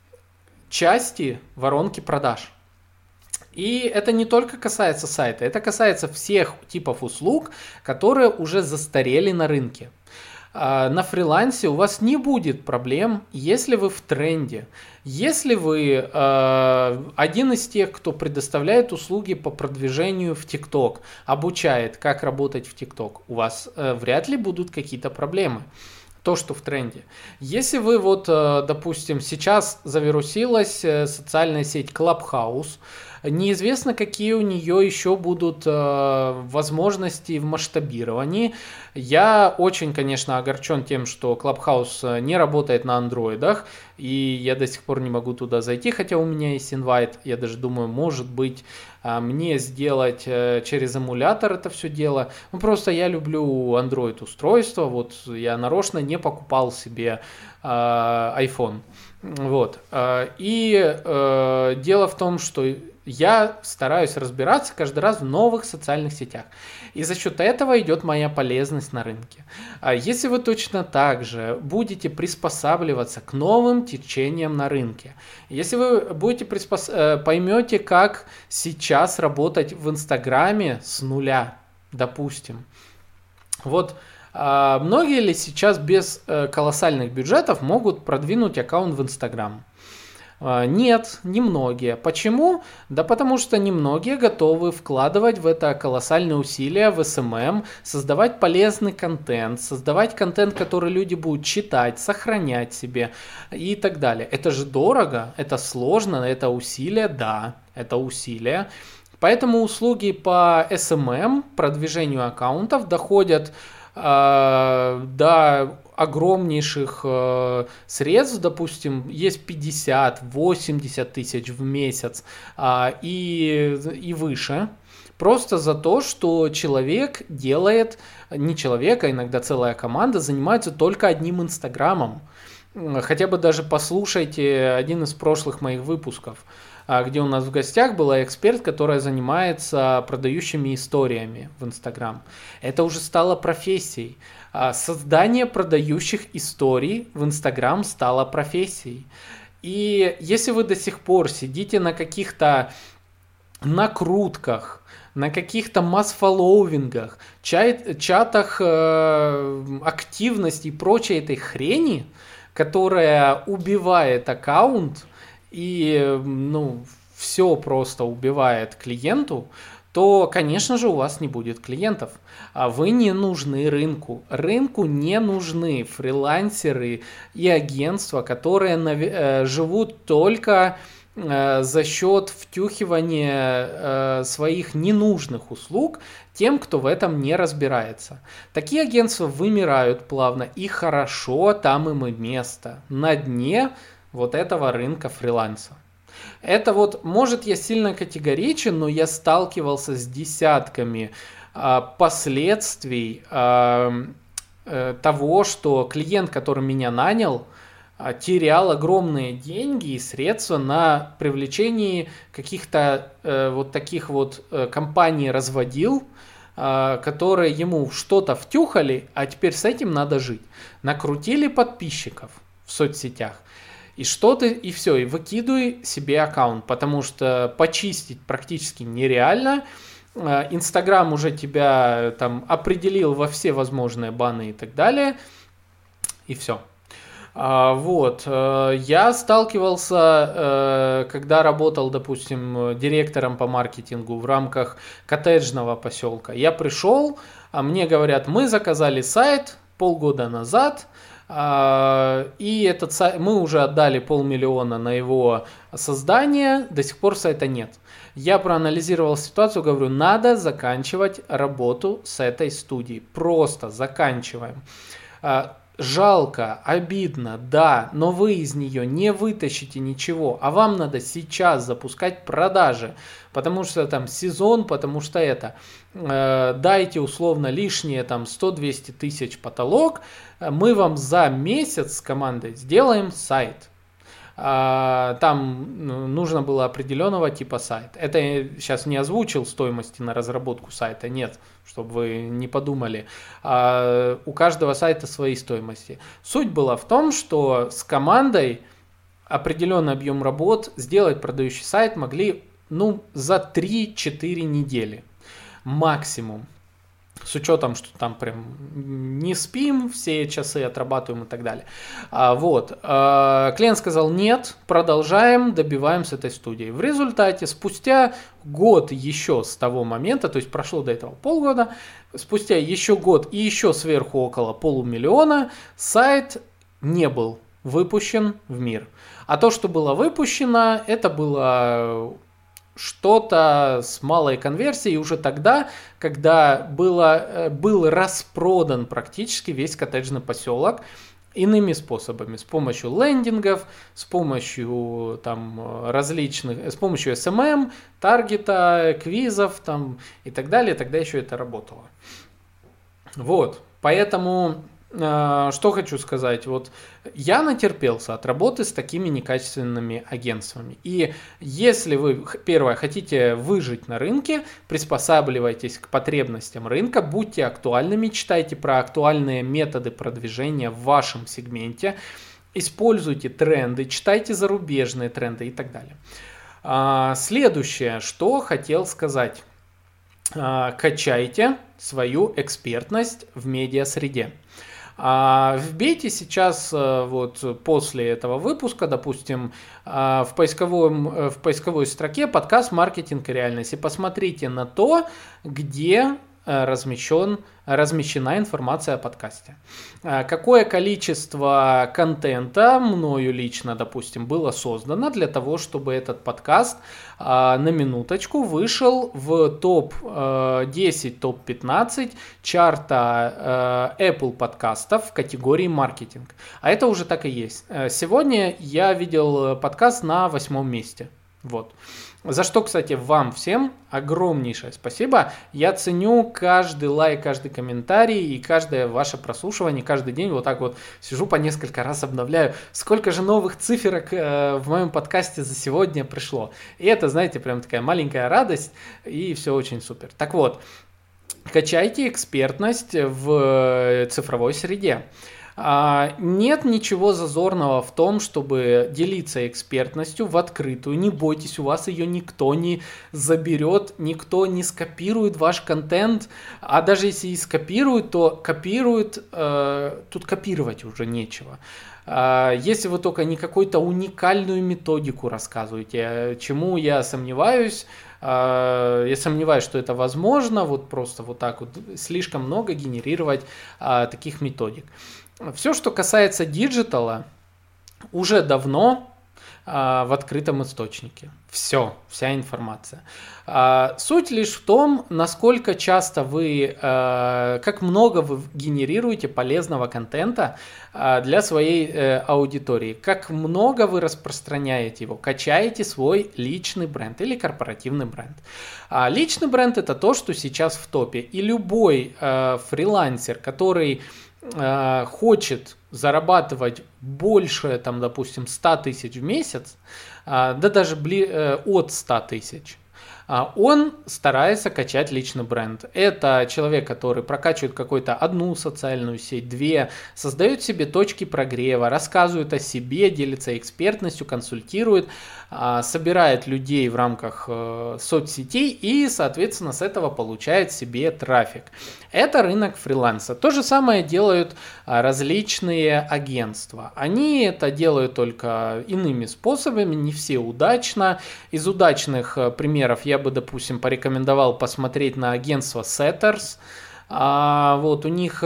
части воронки продаж. И это не только касается сайта, это касается всех типов услуг, которые уже застарели на рынке. На фрилансе у вас не будет проблем, если вы в тренде. Если вы один из тех, кто предоставляет услуги по продвижению в TikTok, обучает, как работать в TikTok, у вас вряд ли будут какие-то проблемы. То, что в тренде. Если вы допустим, сейчас завирусилась социальная сеть Clubhouse, неизвестно, какие у нее еще будут возможности в масштабировании. Я очень, конечно, огорчен тем, что Clubhouse не работает на андроидах, и я до сих пор не могу туда зайти, хотя у меня есть инвайт. Я даже думаю, может быть, мне сделать через эмулятор это все дело. Просто я люблю Android устройство, я нарочно не покупал себе iPhone. И дело в том, что я стараюсь разбираться каждый раз в новых социальных сетях. И за счет этого идет моя полезность на рынке. Если вы точно так же будете приспосабливаться к новым течениям на рынке, если вы поймете, как сейчас работать в Инстаграме с нуля, допустим. Многие ли сейчас без колоссальных бюджетов могут продвинуть аккаунт в Инстаграм? Нет, немногие. Почему? Да потому что немногие готовы вкладывать в это колоссальные усилия в SMM, создавать полезный контент, создавать контент, который люди будут читать, сохранять себе и так далее. Это же дорого, это сложно, это усилия, да, это усилия. Поэтому услуги по SMM, продвижению аккаунтов, доходят до огромнейших средств, допустим, есть 50-80 тысяч в месяц и выше, просто за то, что человек делает, не человек, а иногда целая команда занимается только одним инстаграмом. Хотя бы даже послушайте один из прошлых моих выпусков, где у нас в гостях была эксперт, которая занимается продающими историями в Инстаграм. Это уже стало профессией. Создание продающих историй в Инстаграм стало профессией. И если вы до сих пор сидите на каких-то накрутках, на каких-то масс-фоллоуингах, чатах активности и прочей этой хрени, которая убивает аккаунт, и все просто убивает клиенту, то, конечно же, у вас не будет клиентов. А вы не нужны рынку. Рынку не нужны фрилансеры и агентства, которые живут только за счет втюхивания своих ненужных услуг тем, кто в этом не разбирается. Такие агентства вымирают плавно, и хорошо, там им и место. На дне вот этого рынка фриланса. Это может, я сильно категоричен, но я сталкивался с десятками последствий того, что клиент, который меня нанял, терял огромные деньги и средства на привлечении каких-то таких компаний разводил, которые ему что-то втюхали, а теперь с этим надо жить. Накрутили подписчиков в соцсетях. И и все, и выкидывай себе аккаунт, потому что почистить практически нереально. Инстаграм уже тебя там определил во все возможные баны и так далее. И все. Я сталкивался, когда работал, допустим, директором по маркетингу в рамках коттеджного поселка. Я пришел, а мне говорят, мы заказали сайт полгода назад, и этот сайт, мы уже отдали 500 000 на его создание, до сих пор сайта нет. Я проанализировал ситуацию, говорю, надо заканчивать работу с этой студией. Просто заканчиваем. Жалко, обидно, да, но вы из нее не вытащите ничего, а вам надо сейчас запускать продажи, потому что там сезон, потому что дайте условно лишние там 100-200 тысяч потолок, мы вам за месяц с командой сделаем сайт. Там нужно было определенного типа сайт. Это я сейчас не озвучил стоимости на разработку сайта, нет, чтобы вы не подумали. У каждого сайта свои стоимости. Суть была в том, что с командой определенный объем работ сделать продающий сайт могли за 3-4 недели максимум. С учетом, что там прям не спим, все часы отрабатываем и так далее. Клиент сказал нет, продолжаем, добиваемся этой студии. В результате спустя год еще с того момента, то есть прошло до этого полгода, спустя еще год и еще сверху около 500 000 сайт не был выпущен в мир. А то, что было выпущено, это было что-то с малой конверсией уже тогда, когда был распродан практически весь коттеджный поселок иными способами, с помощью лендингов, с помощью с помощью SMM, таргета, квизов и так далее, тогда еще это работало. Поэтому что хочу сказать, я натерпелся от работы с такими некачественными агентствами. И если вы, первое, хотите выжить на рынке, приспосабливайтесь к потребностям рынка, будьте актуальными, читайте про актуальные методы продвижения в вашем сегменте, используйте тренды, читайте зарубежные тренды и так далее. Следующее, что хотел сказать. Качайте свою экспертность в медиасреде. Вбейте сейчас, вот после этого выпуска, допустим, в поисковой строке подкаст «Маркетинг и реальность» и посмотрите на то, где размещена информация о подкасте. Какое количество контента мною лично, допустим, было создано для того, чтобы этот подкаст на минуточку вышел в топ-10, топ-15 чарта Apple подкастов в категории маркетинг. А это уже так и есть. Сегодня я видел подкаст на 8-м месте. Вот. За что, кстати, вам всем огромнейшее спасибо. Я ценю каждый лайк, каждый комментарий и каждое ваше прослушивание. Каждый день вот так вот сижу по несколько раз, обновляю, сколько же новых циферок в моем подкасте за сегодня пришло. И это, знаете, прям такая маленькая радость, и все очень супер. Так вот, качайте экспертность в цифровой среде. Нет ничего зазорного в том, чтобы делиться экспертностью в открытую. Не бойтесь, у вас ее никто не заберет, никто не скопирует ваш контент. А даже если и скопирует, то копирует, тут копировать уже нечего. Если вы только не какую-то уникальную методику рассказываете, чему я сомневаюсь, что это возможно, вот просто вот так вот слишком много генерировать таких методик. Все, что касается диджитала, уже давно в открытом источнике. Вся информация. Суть лишь в том, насколько часто вы, как много вы генерируете полезного контента для своей аудитории, как много вы распространяете его, качаете свой личный бренд или корпоративный бренд. Личный бренд – это то, что сейчас в топе. И любой фрилансер, который хочет зарабатывать больше, там, допустим, 100 тысяч в месяц, да даже от 100 тысяч, он старается качать личный бренд. Это человек, который прокачивает какую-то одну социальную сеть, две, создает себе точки прогрева, рассказывает о себе, делится экспертностью, консультирует, собирает людей в рамках соцсетей и, соответственно, с этого получает себе трафик. Это рынок фриланса. То же самое делают различные агентства. Они это делают только иными способами, не все удачно. Из удачных примеров я бы, допустим, порекомендовал посмотреть на агентство Setters. Вот у них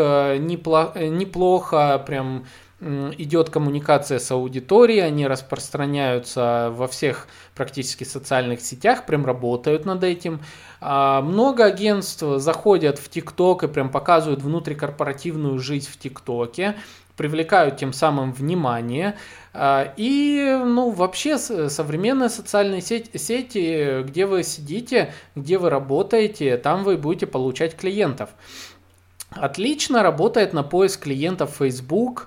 неплохо прям идет коммуникация с аудиторией, они распространяются во всех практически социальных сетях, прям работают над этим. Много агентств заходят в ТикТок и прям показывают внутрикорпоративную жизнь в ТикТоке, привлекают тем самым внимание. И вообще современные социальные сети, где вы сидите, где вы работаете, там вы будете получать клиентов. Отлично работает на поиск клиентов Facebook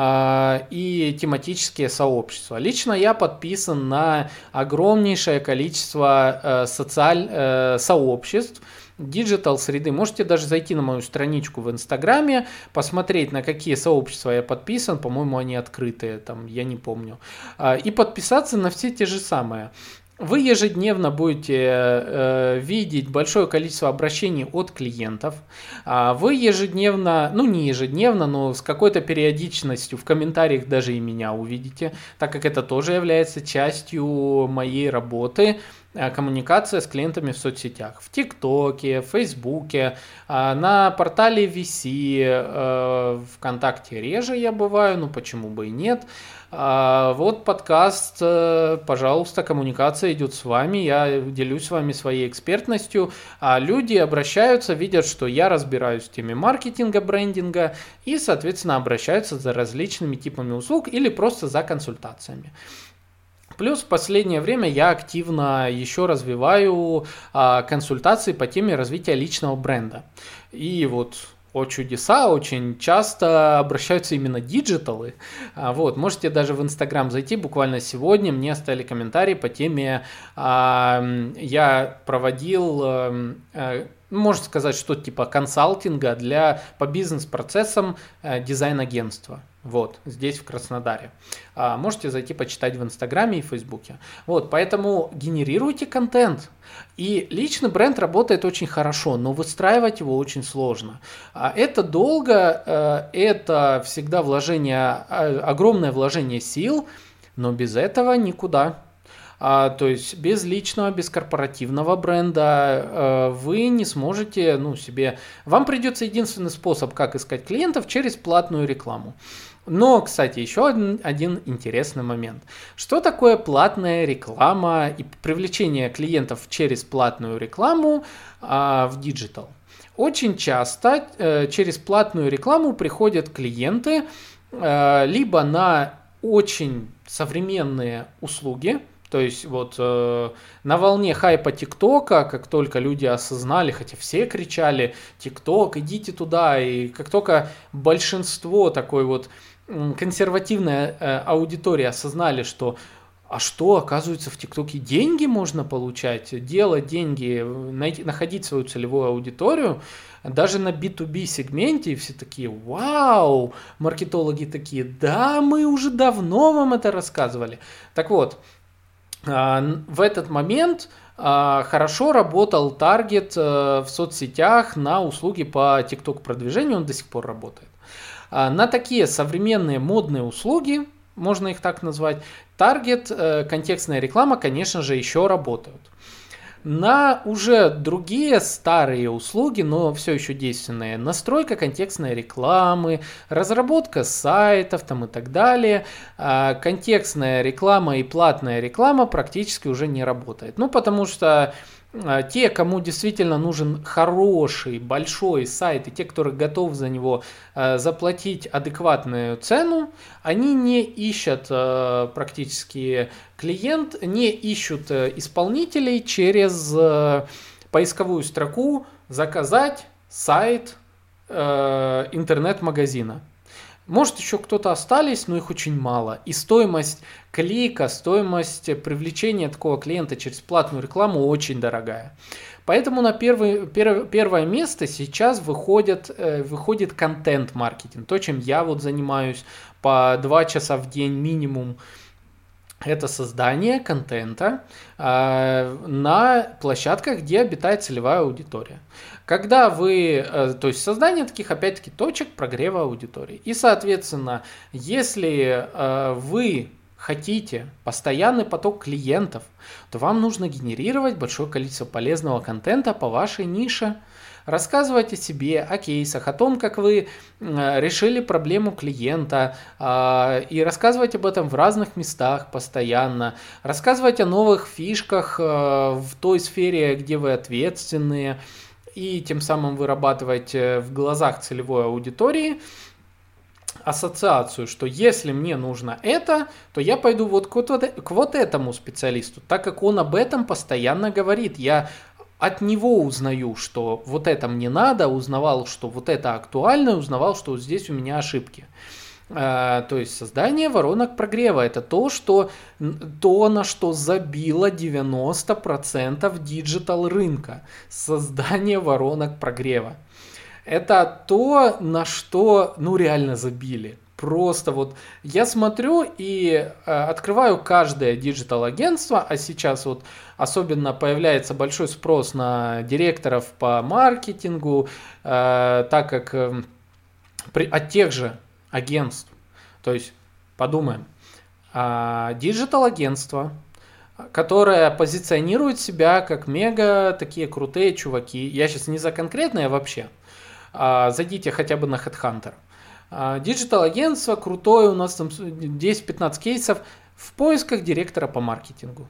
и тематические сообщества. Лично я подписан на огромнейшее количество сообществ диджитал среды. Можете даже зайти на мою страничку в Инстаграме, посмотреть, на какие сообщества я подписан. По-моему, они открытые, там, я не помню. И подписаться на все те же самые. Вы ежедневно будете видеть большое количество обращений от клиентов. Вы ежедневно, не ежедневно, но с какой-то периодичностью в комментариях даже и меня увидите, так как это тоже является частью моей работы. Коммуникация с клиентами в соцсетях, в ТикТоке, в Фейсбуке, на портале VC, ВКонтакте реже я бываю, почему бы и нет. Вот подкаст, пожалуйста, коммуникация идет с вами, я делюсь с вами своей экспертностью, люди обращаются, видят, что я разбираюсь в теме маркетинга, брендинга и, соответственно, обращаются за различными типами услуг или просто за консультациями. Плюс в последнее время я активно еще развиваю консультации по теме развития личного бренда. И вот о чудеса, очень часто обращаются именно диджиталы. Вот, можете даже в Инстаграм зайти, буквально сегодня мне оставили комментарий по теме, я проводил, можно сказать, что-то типа консалтинга по бизнес-процессам дизайн-агентства. Вот, здесь в Краснодаре. Можете зайти почитать в Инстаграме и Фейсбуке. Вот, поэтому генерируйте контент. И личный бренд работает очень хорошо, но выстраивать его очень сложно. Это долго, это всегда огромное вложение сил, но без этого никуда. То есть без личного, без корпоративного бренда вы не сможете себе... Вам придется единственный способ, как искать клиентов, через платную рекламу. Но, кстати, еще один интересный момент. Что такое платная реклама и привлечение клиентов через платную рекламу в диджитал? Очень часто через платную рекламу приходят клиенты либо на очень современные услуги. То есть вот на волне хайпа ТикТока, как только люди осознали, хотя все кричали: ТикТок, идите туда, и как только большинство такой вот консервативная аудитория осознали, что оказывается, в ТикТоке деньги можно получать, делать деньги, находить свою целевую аудиторию, даже на B2B сегменте, и все такие: вау, маркетологи такие: да, мы уже давно вам это рассказывали. Так вот, в этот момент хорошо работал таргет в соцсетях на услуги по TikTok продвижению, он до сих пор работает. На такие современные модные услуги, можно их так назвать, таргет, контекстная реклама, конечно же, еще работают. На уже другие старые услуги, но все еще действенные, настройка контекстной рекламы, разработка сайтов там и так далее, контекстная реклама и платная реклама практически уже не работает. Потому что те, кому действительно нужен хороший, большой сайт, и те, которые готовы за него заплатить адекватную цену, они не ищут практически не ищут исполнителей через поисковую строку «Заказать сайт интернет-магазина». Может, еще кто-то остались, но их очень мало. И стоимость клика, стоимость привлечения такого клиента через платную рекламу очень дорогая. Поэтому на первое место сейчас выходит контент-маркетинг. То, чем я вот занимаюсь по 2 часа в день минимум. Это создание контента на площадках, где обитает целевая аудитория. Когда то есть создание таких, опять-таки, точек прогрева аудитории. И, соответственно, если вы хотите постоянный поток клиентов, то вам нужно генерировать большое количество полезного контента по вашей нише. Рассказывать о себе, о кейсах, о том, как вы решили проблему клиента, и рассказывать об этом в разных местах постоянно, рассказывать о новых фишках в той сфере, где вы ответственные, и тем самым вырабатывать в глазах целевой аудитории ассоциацию, что если мне нужно это, то я пойду вот к вот этому специалисту, так как он об этом постоянно говорит. Я от него узнаю, что вот это мне надо, узнавал, что вот это актуально, узнавал, что вот здесь у меня ошибки. То есть создание воронок прогрева – это то, на что забило 90% диджитал рынка. Создание воронок прогрева. Это то, на что реально забили. Просто вот я смотрю и открываю каждое диджитал-агентство, а сейчас вот особенно появляется большой спрос на директоров по маркетингу, так как от тех же агентств. То есть подумаем, диджитал-агентство, которое позиционирует себя как мега такие крутые чуваки. Я сейчас не за конкретное вообще. Зайдите хотя бы на HeadHunter. Диджитал-агентство крутое, у нас там 10-15 кейсов в поисках директора по маркетингу.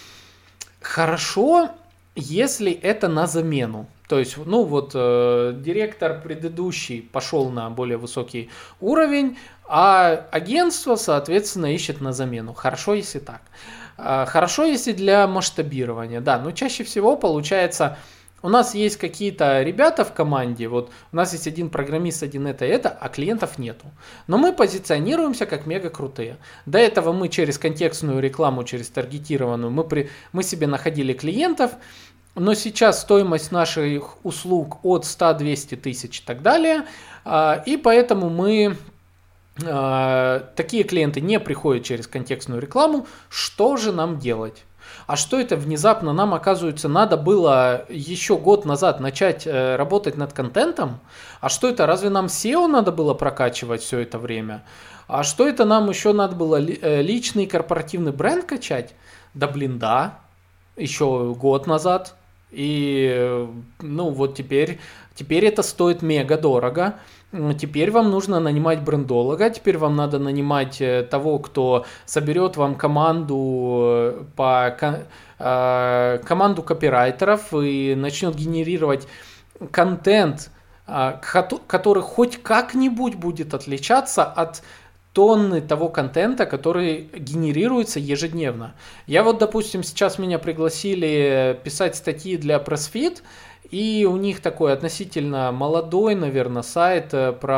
Хорошо, если это на замену. То есть, директор предыдущий пошел на более высокий уровень, а агентство, соответственно, ищет на замену. Хорошо, если так. Хорошо, если для масштабирования. Да, но чаще всего получается... У нас есть какие-то ребята в команде, вот у нас есть один программист, один это, а клиентов нету. Но мы позиционируемся как мега крутые. До этого мы через контекстную рекламу, через таргетированную, мы себе находили клиентов, но сейчас стоимость наших услуг от 100-200 тысяч и так далее, и поэтому мы такие клиенты не приходят через контекстную рекламу. Что же нам делать? А что это внезапно нам, оказывается, надо было еще год назад начать работать над контентом? А что это, разве нам SEO надо было прокачивать все это время? А что это нам еще надо было личный корпоративный бренд качать? Да блин, да, еще год назад. И ну вот теперь это стоит мега дорого. Теперь вам нужно нанимать брендолога, теперь вам надо нанимать того, кто соберет вам команду команду копирайтеров и начнет генерировать контент, который хоть как-нибудь будет отличаться от тонны того контента, который генерируется ежедневно. Я вот, допустим, сейчас меня пригласили писать статьи для PressFit, и у них такой относительно молодой, наверное, сайт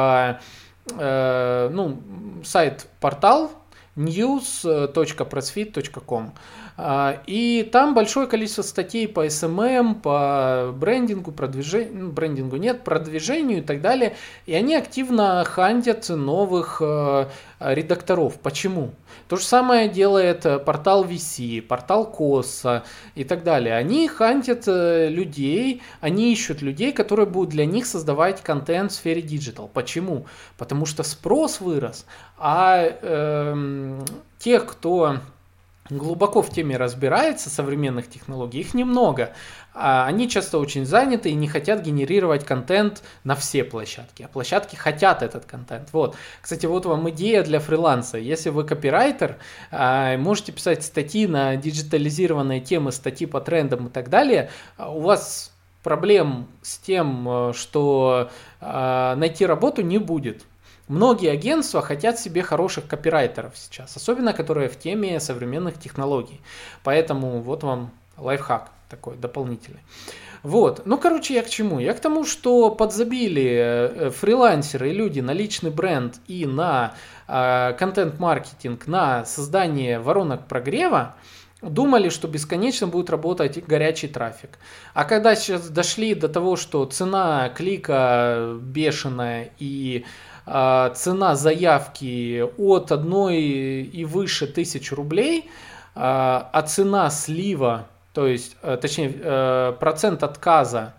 сайт-портал news.pressfit.com. И там большое количество статей по SMM, по брендингу, продвижению и так далее. И они активно хантят новых редакторов. Почему? То же самое делает портал VC, портал Коса и так далее. Они хантят людей, они ищут людей, которые будут для них создавать контент в сфере диджитал. Почему? Потому что спрос вырос, а тех, кто глубоко в теме разбирается, современных технологий, их немного. Они часто очень заняты и не хотят генерировать контент на все площадки. А площадки хотят этот контент. Вот. Кстати, вот вам идея для фриланса. Если вы копирайтер, можете писать статьи на диджитализированные темы, статьи по трендам и так далее. У вас проблем с тем, что найти работу не будет. Многие агентства хотят себе хороших копирайтеров сейчас, особенно которые в теме современных технологий. Поэтому вот вам лайфхак такой дополнительный. Вот. Ну, короче, я к чему? Я к тому, что подзабили фрилансеры и люди на личный бренд и на контент-маркетинг, на создание воронок прогрева, думали, что бесконечно будет работать горячий трафик. А когда сейчас дошли до того, что цена клика бешеная и цена заявки от 1 и выше 1000 рублей, а цена слива, то есть, точнее, процент отказа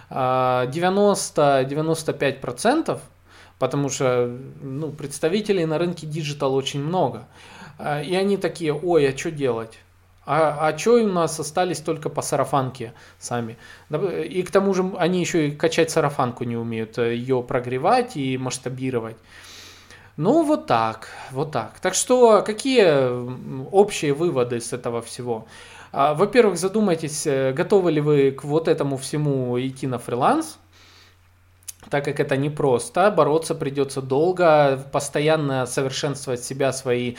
90-95%, потому что представителей на рынке диджитал очень много. И они такие: ой, а что делать? А что у нас остались только по сарафанке сами? И к тому же они еще и качать сарафанку не умеют, ее прогревать и масштабировать. Ну, вот так, вот так. Так что, какие общие выводы с этого всего? Во-первых, задумайтесь, готовы ли вы к вот этому всему идти на фриланс, так как это непросто, бороться придется долго, постоянно совершенствовать себя, свои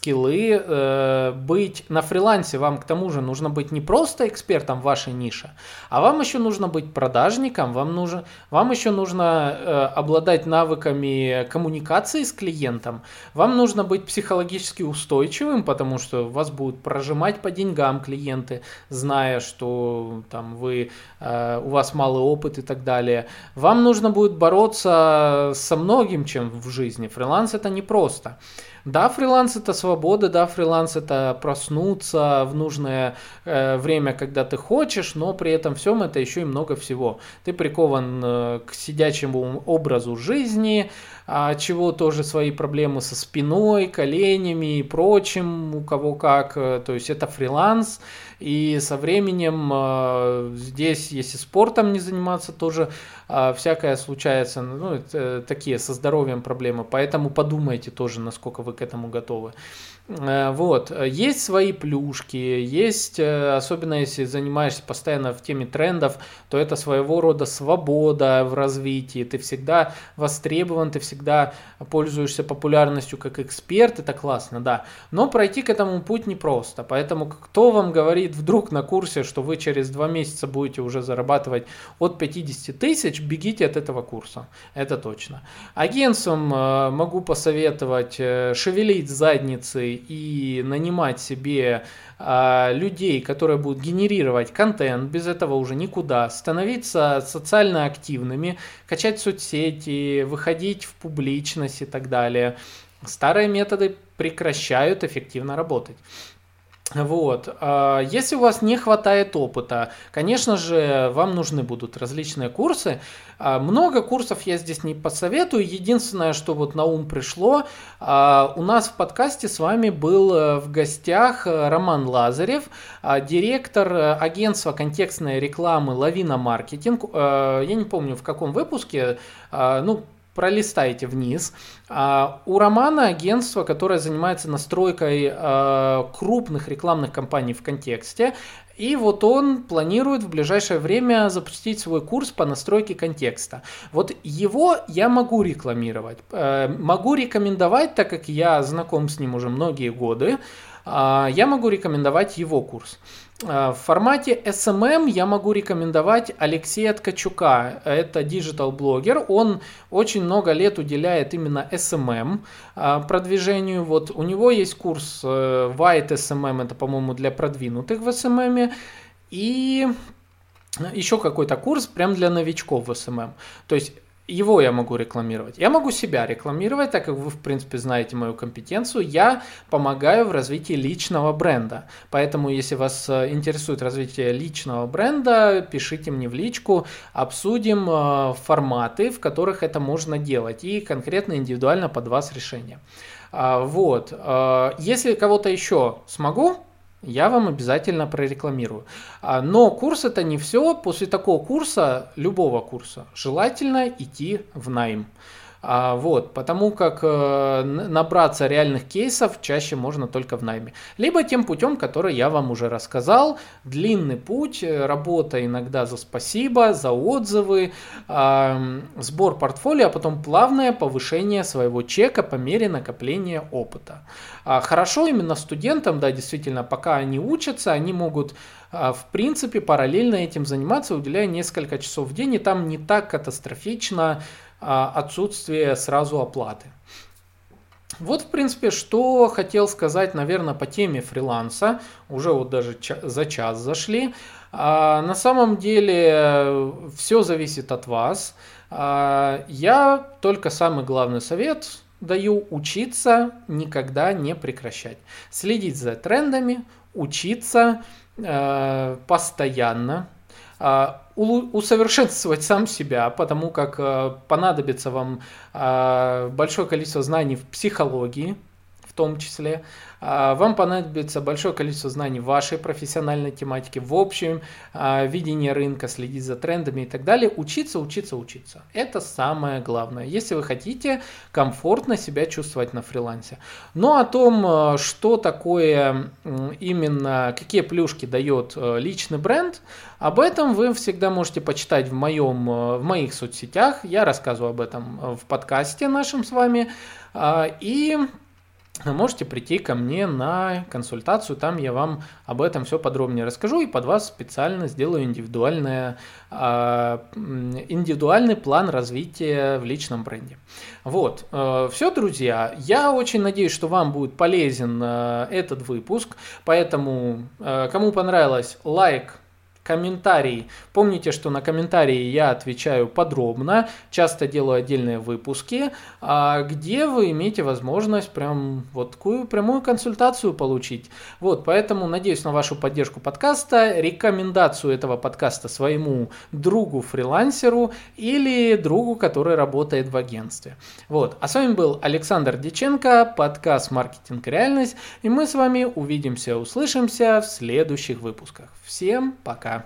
скиллы. Быть на фрилансе вам к тому же нужно быть не просто экспертом в вашей нише, а вам еще нужно быть продажником, вам еще нужно обладать навыками коммуникации с клиентом, вам нужно быть психологически устойчивым, потому что вас будут прожимать по деньгам клиенты, зная, что там у вас малый опыт и так далее. Вам нужно будет бороться со многим чем в жизни. Фриланс это непросто. Да, фриланс это свобода, да, фриланс это проснуться в нужное время, когда ты хочешь, но при этом всем это еще и много всего. Ты прикован к сидячему образу жизни, чего тоже свои проблемы со спиной, коленями и прочим, у кого как. То есть это фриланс. И со временем здесь, если спортом не заниматься, тоже всякое случается. Ну, это такие со здоровьем проблемы. Поэтому подумайте тоже, насколько вы к этому готовы. Вот. Есть свои плюшки, есть, особенно если занимаешься постоянно в теме трендов, то это своего рода свобода в развитии. Ты всегда востребован, ты всегда пользуешься популярностью как эксперт, это классно, да. Но пройти к этому путь непросто. Поэтому кто вам говорит вдруг на курсе, что вы через 2 месяца будете уже зарабатывать от 50 тысяч, бегите от этого курса. Это точно. Агентствам могу посоветовать шевелить задницей и нанимать себе людей, которые будут генерировать контент, без этого уже никуда, становиться социально активными, качать соцсети, выходить в публичность и так далее. Старые методы прекращают эффективно работать. Вот. Если у вас не хватает опыта, конечно же, вам нужны будут различные курсы. Много курсов я здесь не посоветую. Единственное, что вот на ум пришло, у нас в подкасте с вами был в гостях Роман Лазарев, директор агентства контекстной рекламы «Лавина Маркетинг». Я не помню, в каком выпуске, пролистайте вниз. У Романа агентство, которое занимается настройкой крупных рекламных кампаний в контексте. И вот он планирует в ближайшее время запустить свой курс по настройке контекста. Вот его я могу рекламировать. Могу рекомендовать, так как я знаком с ним уже многие годы, я могу рекомендовать его курс. В формате SMM я могу рекомендовать Алексея Ткачука. Это диджитал-блогер. Он очень много лет уделяет именно SMM продвижению. Вот у него есть курс White SMM, это, по-моему, для продвинутых в SMM. И еще какой-то курс прям для новичков в SMM. То есть его я могу рекламировать. Я могу себя рекламировать, так как вы, в принципе, знаете мою компетенцию. Я помогаю в развитии личного бренда. Поэтому, если вас интересует развитие личного бренда, пишите мне в личку, обсудим форматы, в которых это можно делать. И конкретно индивидуально под вас решение. Вот. Если кого-то еще смогу, я вам обязательно прорекламирую. Но курс это не все. После такого курса, любого курса, желательно идти в найм. Вот, потому как набраться реальных кейсов чаще можно только в найме. Либо тем путем, который я вам уже рассказал. Длинный путь, работа иногда за спасибо, за отзывы, сбор портфолио, а потом плавное повышение своего чека по мере накопления опыта. Хорошо именно студентам, да, действительно, пока они учатся, они могут в принципе параллельно этим заниматься, уделяя несколько часов в день, и там не так катастрофично отсутствие сразу оплаты. Вот, в принципе, что хотел сказать, наверное, по теме фриланса. Уже вот даже за час зашли. На самом деле все зависит от вас. Я только самый главный совет даю: учиться, никогда не прекращать. Следить за трендами, учиться постоянно. Усовершенствовать сам себя, потому как понадобится вам большое количество знаний в психологии, в том числе. Вам понадобится большое количество знаний в вашей профессиональной тематике, в общем видении рынка, следить за трендами и так далее. Учиться, учиться, учиться. Это самое главное, если вы хотите комфортно себя чувствовать на фрилансе. Но о том, что такое именно, какие плюшки дает личный бренд, об этом вы всегда можете почитать в моих соцсетях. Я рассказываю об этом в подкасте нашем с вами. И можете прийти ко мне на консультацию, там я вам об этом все подробнее расскажу и под вас специально сделаю индивидуальный план развития в личном бренде. Вот, все, друзья, я очень надеюсь, что вам будет полезен этот выпуск, поэтому кому понравилось, лайк, комментарий. Помните, что на комментарии я отвечаю подробно, часто делаю отдельные выпуски, где вы имеете возможность прям вот такую прямую консультацию получить. Вот, поэтому надеюсь на вашу поддержку подкаста, рекомендацию этого подкаста своему другу-фрилансеру или другу, который работает в агентстве. Вот, а с вами был Александр Дьяченко, подкаст «Маркетинг и реальность», и мы с вами увидимся, услышимся в следующих выпусках. Всем пока!